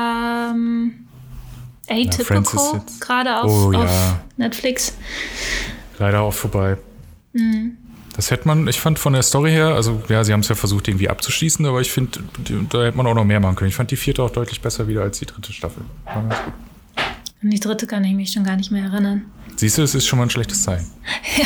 Ähm, Atypical, ja, gerade auf, oh, auf ja. Netflix. Leider auch vorbei. Mhm. Das hätte man, ich fand von der Story her, also ja, sie haben es ja versucht irgendwie abzuschließen, aber ich finde, da hätte man auch noch mehr machen können. Ich fand die vierte auch deutlich besser wieder als die dritte Staffel. War ganz gut. An die dritte kann ich mich schon gar nicht mehr erinnern. Siehst du, es ist schon mal ein schlechtes Zeichen. Ja.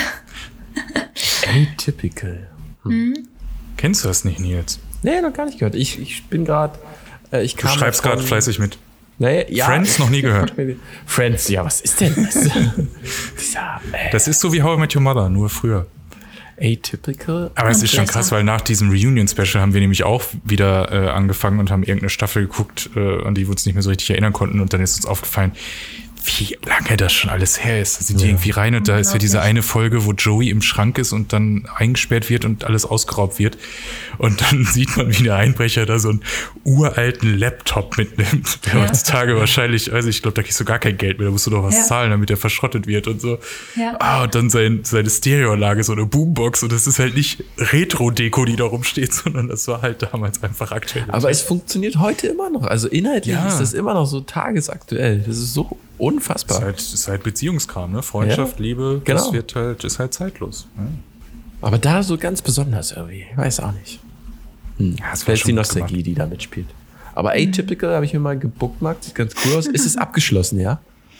Atypical. Hm. Mhm. Kennst du das nicht, Nils? Nee, noch gar nicht gehört. Ich, ich bin gerade. Äh, du schreibst gerade fleißig mit. Naja, ja, Friends noch nie gehört. Friends, ja, was ist denn das? Dieser, äh, das ist so wie How I Met Your Mother, nur früher. Atypical. Aber es ist schon krass, weil nach diesem Reunion-Special haben wir nämlich auch wieder äh, angefangen und haben irgendeine Staffel geguckt, äh, an die wir uns nicht mehr so richtig erinnern konnten. Und dann ist uns aufgefallen, wie lange das schon alles her ist. Da sind die ja. irgendwie rein und da ist ja diese eine Folge, wo Joey im Schrank ist und dann eingesperrt wird und alles ausgeraubt wird. Und dann sieht man, wie der Einbrecher da so einen uralten Laptop mitnimmt, der ja. heutzutage wahrscheinlich, also ich glaube, da kriegst du gar kein Geld mehr, da musst du doch was ja. zahlen, damit der verschrottet wird und so. Ja. Ah, und dann sein, seine Stereoanlage, so eine Boombox und das ist halt nicht Retro-Deko, die da rumsteht, sondern das war halt damals einfach aktuell. Aber es funktioniert heute immer noch. Also inhaltlich ja. ist das immer noch so tagesaktuell. Das ist so unfassbar. Das ist halt, das ist halt Beziehungskram, ne? Freundschaft, ja, Liebe, genau. das wird halt, ist halt zeitlos. Ja. Aber da so ganz besonders irgendwie. Ich weiß auch nicht. Hm. Ja, das ist die Nostalgie, die da mitspielt. Aber Atypical habe ich mir mal gebookmarkt. Sieht ganz cool aus. Ist es abgeschlossen, ja?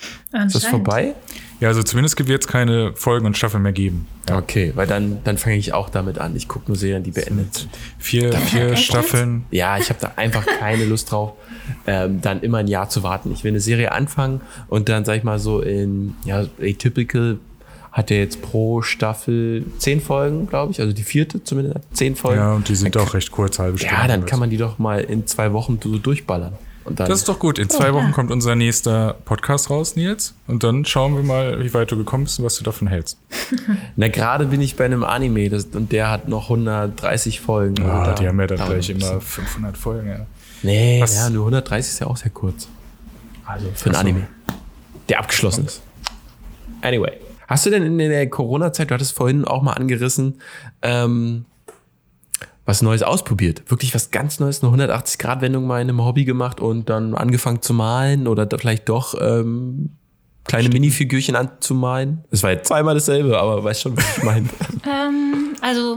Ist das vorbei? Ja, also zumindest wird es keine Folgen und Staffeln mehr geben. Ja. Okay, weil dann, dann fange ich auch damit an. Ich gucke nur Serien, die beendet sind. Vier, vier Staffeln. Ja, ich habe da einfach keine Lust drauf, ähm, dann immer ein Jahr zu warten. Ich will eine Serie anfangen und dann, sag ich mal so, in ja, Atypical hat der jetzt pro Staffel zehn Folgen, glaube ich. Also die vierte zumindest hat zehn Folgen. Ja, und die sind dann auch recht kurz, halbe Stunde. Ja, dann kann man die doch mal in zwei Wochen so durchballern. Und dann, das ist doch gut. In zwei oh, Wochen ja. kommt unser nächster Podcast raus, Nils. Und dann schauen wir mal, wie weit du gekommen bist und was du davon hältst. Na, gerade bin ich bei einem Anime das, und der hat noch hundertdreißig Folgen. Ah, also da, die haben ja dann da gleich ein immer bisschen. fünfhundert Folgen. Ja. Nee, Was? ja, nur hundertdreißig ist ja auch sehr kurz. Also für ein Ach so. Anime, der abgeschlossen ist. Anyway. Hast du denn in der Corona-Zeit, du hattest vorhin auch mal angerissen, ähm, was Neues ausprobiert? Wirklich was ganz Neues, eine hundertachtzig-Grad-Wendung mal in einem Hobby gemacht und dann angefangen zu malen oder da vielleicht doch ähm, kleine Minifigürchen anzumalen? Das war jetzt zweimal dasselbe, aber weißt schon, was ich meine. Ähm, also,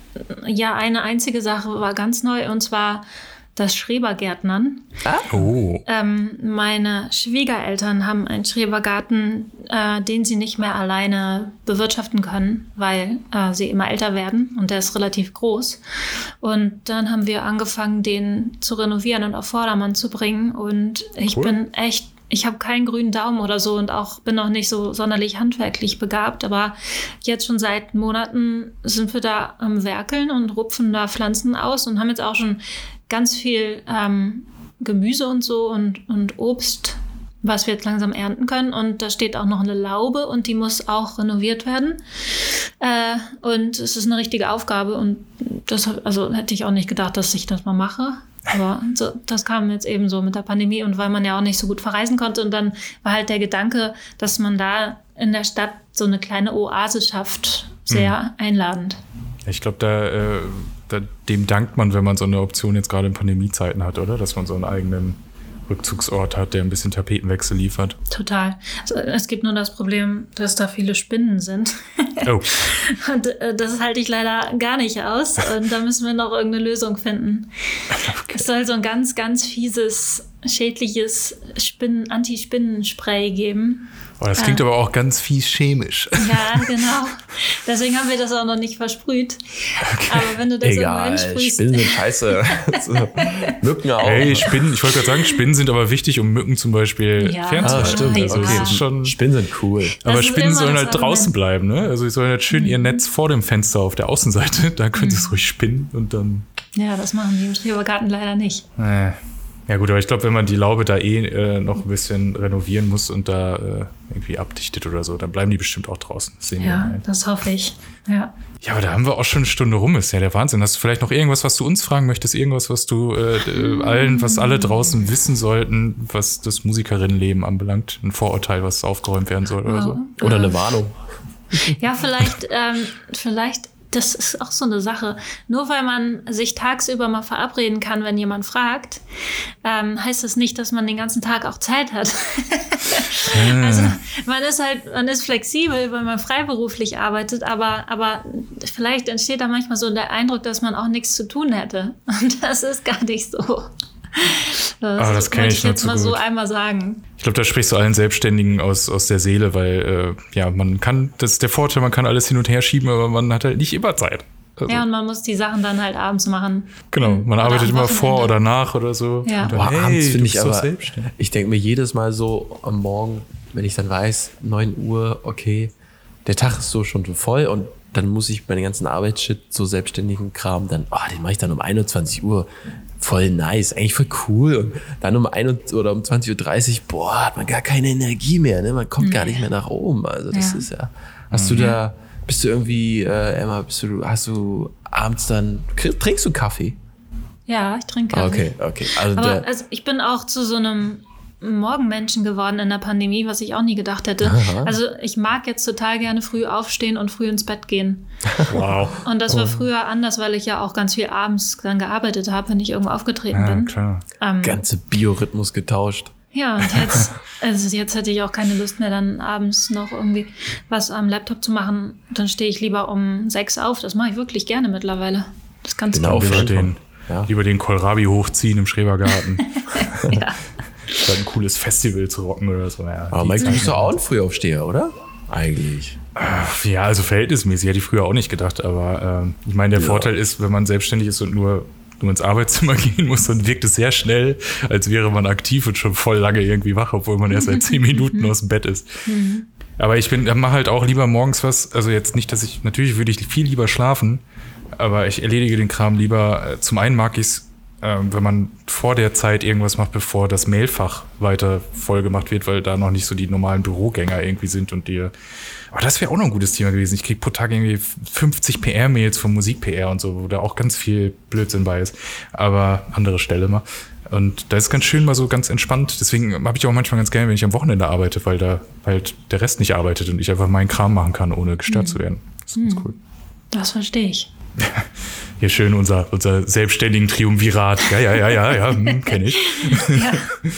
ja, eine einzige Sache war ganz neu und zwar das Schrebergärtnern. Oh. Ähm, meine Schwiegereltern haben einen Schrebergarten, äh, den sie nicht mehr alleine bewirtschaften können, weil äh, sie immer älter werden und der ist relativ groß. Und dann haben wir angefangen, den zu renovieren und auf Vordermann zu bringen. Und ich Cool. bin echt, ich habe keinen grünen Daumen oder so und auch bin noch nicht so sonderlich handwerklich begabt. Aber jetzt schon seit Monaten sind wir da am Werkeln und rupfen da Pflanzen aus und haben jetzt auch schon ganz viel ähm, Gemüse und so und, und Obst, was wir jetzt langsam ernten können. Und da steht auch noch eine Laube und die muss auch renoviert werden. Äh, und es ist eine richtige Aufgabe und das also hätte ich auch nicht gedacht, dass ich das mal mache. Aber so, das kam jetzt eben so mit der Pandemie und weil man ja auch nicht so gut verreisen konnte. Und dann war halt der Gedanke, dass man da in der Stadt so eine kleine Oase schafft, sehr mhm. einladend. Ich glaube, da, äh, da, dem dankt man, wenn man so eine Option jetzt gerade in Pandemiezeiten hat, oder? Dass man so einen eigenen Rückzugsort hat, der ein bisschen Tapetenwechsel liefert. Total. Also, es gibt nur das Problem, dass da viele Spinnen sind. Oh. Und äh, das halte ich leider gar nicht aus. Und da müssen wir noch irgendeine Lösung finden. Okay. Es soll so ein ganz, ganz fieses, schädliches Spinnen- Anti-Spinnen-Spray geben. Oh, das klingt äh, aber auch ganz fies chemisch. Ja, genau. Deswegen haben wir das auch noch nicht versprüht. Okay. Aber wenn du das Egal, irgendwo hinsprühst... Spinnen sind scheiße. So, Mücken auch. Hey, Spinnen, ich wollte gerade sagen, Spinnen sind aber wichtig, um Mücken zum Beispiel ja. fernzuhalten. Ah, stimmt. Also, Okay. das ist schon, Spinnen sind cool. Aber Das Spinnen sollen halt Argument. draußen bleiben, ne? Also, sie sollen halt schön mhm. ihr Netz vor dem Fenster auf der Außenseite, da können sie es ruhig spinnen und dann... Ja, das machen die im Schrebergarten leider nicht. Äh. Ja gut, aber ich glaube, wenn man die Laube da eh äh, noch ein bisschen renovieren muss und da äh, irgendwie abdichtet oder so, dann bleiben die bestimmt auch draußen. Das sehen wir Ja, mal. das hoffe ich. Ja. Ja, aber da haben wir auch schon eine Stunde rum. Ist ja der Wahnsinn. Hast du vielleicht noch irgendwas, was du uns fragen möchtest? Irgendwas, was du äh, allen, was alle draußen wissen sollten, was das Musikerinnenleben anbelangt? Ein Vorurteil, was aufgeräumt werden soll oder so? Oder eine Warnung. Ja, vielleicht, ähm, vielleicht, das ist auch so eine Sache. Nur weil man sich tagsüber mal verabreden kann, wenn jemand fragt, ähm, heißt das nicht, dass man den ganzen Tag auch Zeit hat. Also man ist halt, man ist flexibel, weil man freiberuflich arbeitet, aber, aber vielleicht entsteht da manchmal so der Eindruck, dass man auch nichts zu tun hätte. Und das ist gar nicht so. Das, oh, das kann ich, ich jetzt nur mal zu so gut. einmal sagen. Ich glaube, da sprichst du allen Selbstständigen aus, aus der Seele, weil äh, ja, man kann, das ist der Vorteil, man kann alles hin und her schieben, aber man hat halt nicht immer Zeit. Also, ja, und man muss die Sachen dann halt abends machen. Genau, man oder arbeitet immer Wochenende. vor oder nach oder so. Ja. Und dann, Boah, hey, abends du finde ich bist doch aber, selbstständig. ich denke mir jedes Mal so am Morgen, wenn ich dann weiß, neun Uhr, okay, der Tag ist so schon voll und dann muss ich meinen ganzen Arbeitsshit, so selbstständigen Kram, dann, oh, den mache ich dann um einundzwanzig Uhr. Voll nice, eigentlich voll cool. Und dann um ein oder um zwanzig Uhr dreißig, boah, hat man gar keine Energie mehr, ne? Man kommt Nee. gar nicht mehr nach oben. Also das Ja. ist ja. Hast du da, bist du irgendwie, äh, Emma, bist du, hast du abends dann, krieg- trinkst du Kaffee? Ja, ich trinke Ah, Kaffee. okay, okay. Also Aber der, also ich bin auch zu so einem Morgenmenschen geworden in der Pandemie, was ich auch nie gedacht hätte. Aha. Also ich mag jetzt total gerne früh aufstehen und früh ins Bett gehen. Wow. Und das war früher anders, weil ich ja auch ganz viel abends dann gearbeitet habe, wenn ich irgendwo aufgetreten Ja, bin. klar. Ähm, ganze Biorhythmus getauscht. ja, und jetzt, also jetzt hätte ich auch keine Lust mehr, dann abends noch irgendwie was am Laptop zu machen. Dann stehe ich lieber um sechs auf. Das mache ich wirklich gerne mittlerweile. Das kannst Genau. du. Lieber Fan den, Ja. lieber den Kohlrabi hochziehen im Schrebergarten. Ja. statt ein cooles Festival zu rocken oder so. Ja, aber Mike, du bist doch auch ein Frühaufsteher, oder? Eigentlich. Ja, also verhältnismäßig hätte ich früher auch nicht gedacht, aber ähm, ich meine, der ja. Vorteil ist, wenn man selbstständig ist und nur, nur ins Arbeitszimmer gehen muss, dann wirkt es sehr schnell, als wäre man aktiv und schon voll lange irgendwie wach, obwohl man erst seit zehn Minuten aus dem Bett ist. Aber ich bin, mache halt auch lieber morgens was, also jetzt nicht, dass ich, natürlich würde ich viel lieber schlafen, aber ich erledige den Kram lieber. Zum einen mag ich es, äh, wenn man vor der Zeit irgendwas macht, bevor das Mailfach weiter voll gemacht wird, weil da noch nicht so die normalen Bürogänger irgendwie sind und dir. Aber das wäre auch noch ein gutes Thema gewesen. Ich kriege pro Tag irgendwie fünfzig P R-Mails von Musik-P R und so, wo da auch ganz viel Blödsinn bei ist. Aber andere Stelle mal. Und da ist ganz schön mal so ganz entspannt. Deswegen habe ich auch manchmal ganz gerne, wenn ich am Wochenende arbeite, weil da halt der Rest nicht arbeitet und ich einfach meinen Kram machen kann, ohne gestört mhm. zu werden. Das ist mhm. ganz cool. Das verstehe ich. Hier schön unser, unser selbstständigen Triumvirat. Ja, ja, ja, ja, ja, hm, kenne ich. Ja.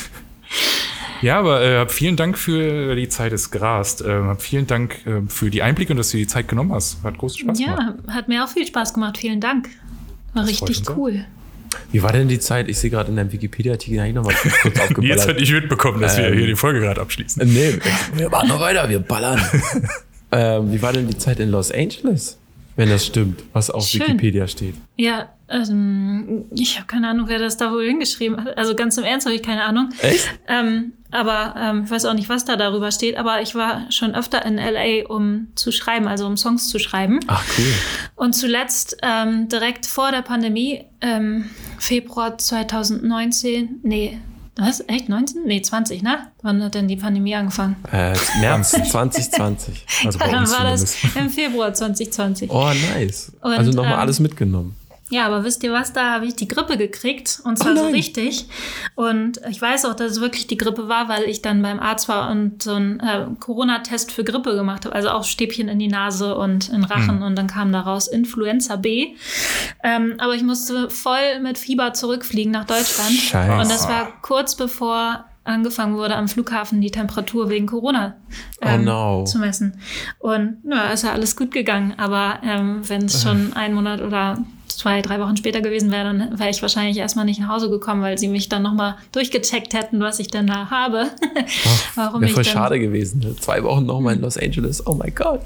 Ja, aber äh, vielen Dank für die Zeit des Gras. Äh, vielen Dank äh, für die Einblicke und dass du die Zeit genommen hast. Hat großen Spaß ja, gemacht. Ja, hat mir auch viel Spaß gemacht. Vielen Dank. War das richtig cool. Wie war denn die Zeit? Ich sehe gerade in deinem Wikipedia-Artikel, habe ich nochmal kurz aufgeballert. Jetzt hat nicht mitbekommen, dass ähm, wir hier die Folge gerade abschließen. Nee, wir machen noch weiter, wir ballern. ähm, wie war denn die Zeit in Los Angeles? Wenn das stimmt, was auf Schön. Wikipedia steht. Ja, also ich habe keine Ahnung, wer das da wohl hingeschrieben hat. Also ganz im Ernst habe ich keine Ahnung. Echt? Ähm, aber ähm, ich weiß auch nicht, was da darüber steht. Aber ich war schon öfter in L A, um zu schreiben, also um Songs zu schreiben. Ach, cool. Und zuletzt ähm, direkt vor der Pandemie, ähm, Februar zwanzig neunzehn, nee, was? Echt? neunzehn? Nee, zwanzig, ne? Wann hat denn die Pandemie angefangen? Äh, März zwanzig zwanzig. Also ja, dann war das im Februar zwanzig zwanzig. Oh, nice. Und, also nochmal ähm, alles mitgenommen. Ja, aber wisst ihr was? Da habe ich die Grippe gekriegt. Und zwar oh so richtig. Und ich weiß auch, dass es wirklich die Grippe war, weil ich dann beim Arzt war und so einen äh, Corona-Test für Grippe gemacht habe. Also auch Stäbchen in die Nase und in den Rachen. Mhm. Und dann kam daraus Influenza B. Ähm, aber ich musste voll mit Fieber zurückfliegen nach Deutschland. Scheiße. Und das war kurz bevor angefangen wurde, am Flughafen die Temperatur wegen Corona ähm, oh no. zu messen. Und ja, ist ja alles gut gegangen. Aber ähm, wenn es schon ein Monat oder zwei, drei Wochen später gewesen wäre, dann wäre ich wahrscheinlich erstmal nicht nach Hause gekommen, weil sie mich dann nochmal durchgecheckt hätten, was ich denn da habe. Warum wäre voll dann schade gewesen. Ne? Zwei Wochen nochmal in Los Angeles. Oh mein Gott.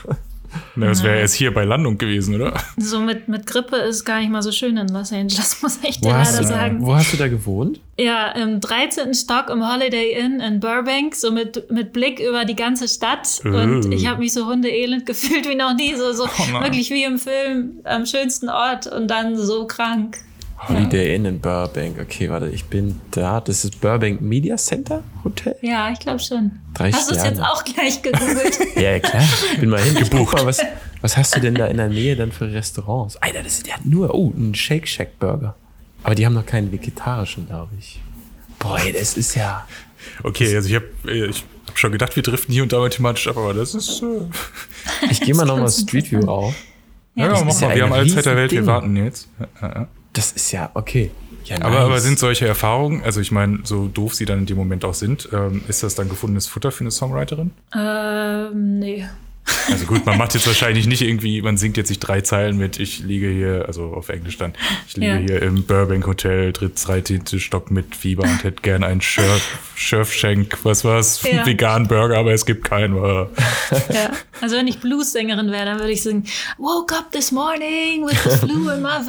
Na, das wäre jetzt hier bei Landung gewesen, oder? So mit, mit Grippe ist es gar nicht mal so schön in Los Angeles, muss ich dir wo leider du, sagen. Wo hast du da gewohnt? Ja, im dreizehnten Stock im Holiday Inn in Burbank, so mit, mit Blick über die ganze Stadt. Uh. Und ich habe mich so hundeelend gefühlt wie noch nie, so, so oh wirklich wie im Film, am schönsten Ort und dann so krank. Holiday ja. Inn in Burbank. Okay, warte, ich bin da. Das ist Burbank Media Center Hotel? Ja, ich glaube schon. Drei hast du es jetzt auch gleich gegoogelt? Ja, klar. Ich bin mal hingebucht. Mal, was, was hast du denn da in der Nähe dann für Restaurants? Alter, das ist ja nur, oh, ein Shake Shack Burger. Aber die haben noch keinen vegetarischen, glaube ich. Boah, das ist ja... Okay, also ich habe ich hab schon gedacht, wir driften hier und da mal thematisch ab, aber das ist... Äh ich gehe mal nochmal Street View auf. Ja, ja, mach mal. Ja, wir haben alle Zeit der Welt, Ding. Wir warten jetzt. Ja, ja. Das ist ja, okay. Ja, nice. aber, aber sind solche Erfahrungen, also ich meine, so doof sie dann in dem Moment auch sind, ähm, ist das dann gefundenes Futter für eine Songwriterin? Ähm, nee. Also gut, man macht jetzt wahrscheinlich nicht irgendwie, man singt jetzt nicht drei Zeilen mit, ich liege hier, also auf Englisch dann, ich liege ja. hier im Burbank Hotel, dreizehnten Stock mit Fieber und hätte gern einen Schürfschenk, was war's, ja. veganen Burger, aber es gibt keinen. Ja, also wenn ich Blues-Sängerin wäre, dann würde ich singen, woke up this morning with the flu in my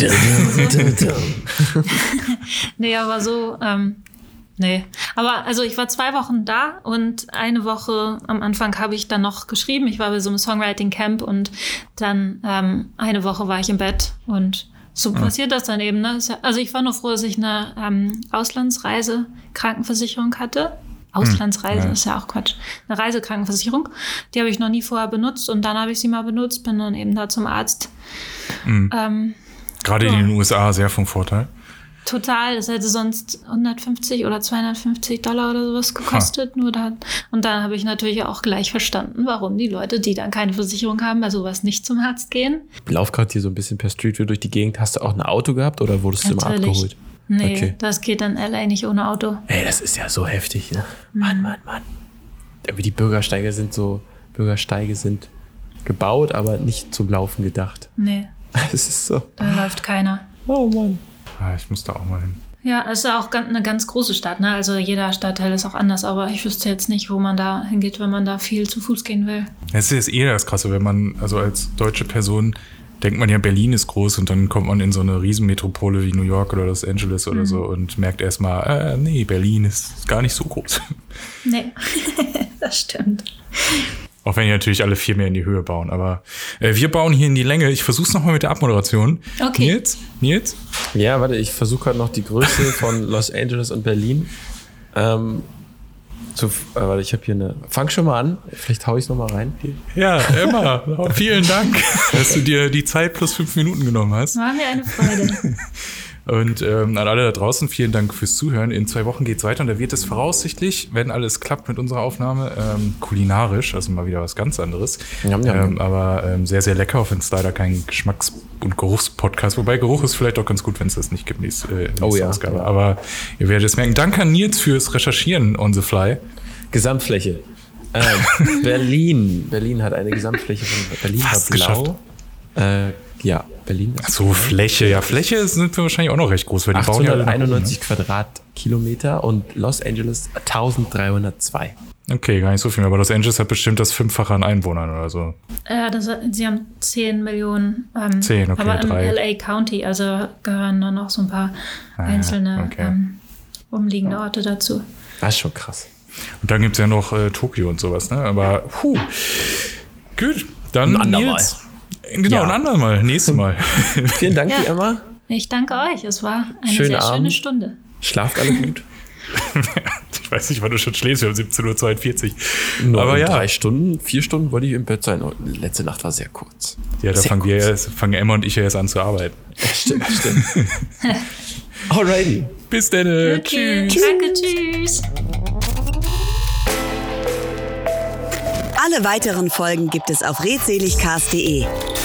veins. so. Nee, aber so, ähm, nee, aber also ich war zwei Wochen da und eine Woche am Anfang habe ich dann noch geschrieben. Ich war bei so einem Songwriting-Camp und dann ähm, eine Woche war ich im Bett und so ja. passiert das dann eben. Ne? Also ich war nur froh, dass ich eine ähm, Auslandsreise-Krankenversicherung hatte. Auslandsreise hm, ja. ist ja auch Quatsch. Eine Reisekrankenversicherung. Die habe ich noch nie vorher benutzt und dann habe ich sie mal benutzt, bin dann eben da zum Arzt. Hm. Ähm, Gerade ja. in den U S A sehr vom Vorteil. Total, das hätte sonst hundertfünfzig oder zweihundertfünfzig Dollar oder sowas gekostet. Ha. Nur da. Und dann habe ich natürlich auch gleich verstanden, warum die Leute, die dann keine Versicherung haben, bei sowas nicht zum Arzt gehen. Ich laufe gerade hier so ein bisschen per Street View durch die Gegend. Hast du auch ein Auto gehabt oder wurdest natürlich. du immer abgeholt? Nee, okay. Das geht in L A nicht ohne Auto. Ey, das ist ja so heftig, ne? Mhm. Mann, Mann, Mann. Aber die Bürgersteige sind so, Bürgersteige sind gebaut, aber nicht zum Laufen gedacht. Nee. Das ist so. Da läuft keiner. Oh Mann. Ah, ich muss da auch mal hin. Ja, es ist auch eine ganz große Stadt, ne? Also jeder Stadtteil ist auch anders, aber ich wüsste jetzt nicht, wo man da hingeht, wenn man da viel zu Fuß gehen will. Es ist eher das Krasse, wenn man, also als deutsche Person, denkt man ja, Berlin ist groß und dann kommt man in so eine Riesenmetropole wie New York oder Los Angeles oder mhm. so und merkt erstmal, äh, nee, Berlin ist gar nicht so groß. Nee, das stimmt. Auch wenn die natürlich alle viel mehr in die Höhe bauen. Aber äh, wir bauen hier in die Länge. Ich versuch's nochmal mit der Abmoderation. Okay. Nils? Nils? Ja, warte, ich versuche gerade noch die Größe von Los Angeles und Berlin. Ähm, zu, äh, warte, ich habe hier eine... Fang schon mal an. Vielleicht hau ich's nochmal rein. Ja, Emma, vielen Dank, dass du dir die Zeit plus fünf Minuten genommen hast. War mir eine Freude. Und ähm, an alle da draußen, vielen Dank fürs Zuhören. In zwei Wochen geht's weiter und da wird es voraussichtlich, wenn alles klappt mit unserer Aufnahme, ähm, kulinarisch, also mal wieder was ganz anderes. Ja, ja, ähm, aber ähm, sehr, sehr lecker, auch wenn es leider kein Geschmacks- und Geruchspodcast, wobei Geruch ist vielleicht auch ganz gut, wenn es das nicht gibt, nächste, äh, nächste oh, ja. Ausgabe. Aber ihr werdet es merken. Danke an Nils fürs Recherchieren on the fly. Gesamtfläche. Ähm, Berlin. Berlin hat eine Gesamtfläche von Berlin Fast blau. Äh, ja, Berlin. Ach so, Fläche. Ja, Fläche sind wir wahrscheinlich auch noch recht groß, weil die bauen ja alle nach oben, achthunderteinundneunzig Quadratkilometer und Los Angeles eintausenddreihundertzwei. Okay, gar nicht so viel mehr. Aber Los Angeles hat bestimmt das Fünffache an Einwohnern oder so. Ja, das, sie haben zehn Millionen. Ähm, zehn, okay, aber im drei. L A County, also gehören nur noch so ein paar ah, einzelne okay. ähm, umliegende Orte dazu. Das ist schon krass. Und dann gibt es ja noch äh, Tokio und sowas, ne? Aber, puh. Gut, dann ein andermal. Nils. Genau, Ja. ein andermal. Nächstes Mal. Vielen Dank, Ja. dir, Emma. Ich danke euch, es war eine Schönen sehr schöne Abend. Stunde. Schlaft alle gut. Ich weiß nicht, wann du schon schläfst. Wir haben siebzehn Uhr zweiundvierzig. Nur Aber in ja. drei Stunden, vier Stunden wollte ich im Bett sein. Letzte Nacht war sehr kurz. Ja, da sehr fangen, wir kurz. erst, fangen Emma und ich ja erst an zu arbeiten. Ja, stimmt, stimmt. Alrighty. Bis dann. Okay, Tschüss. danke, tschüss. Alle weiteren Folgen gibt es auf redseligcast punkt de.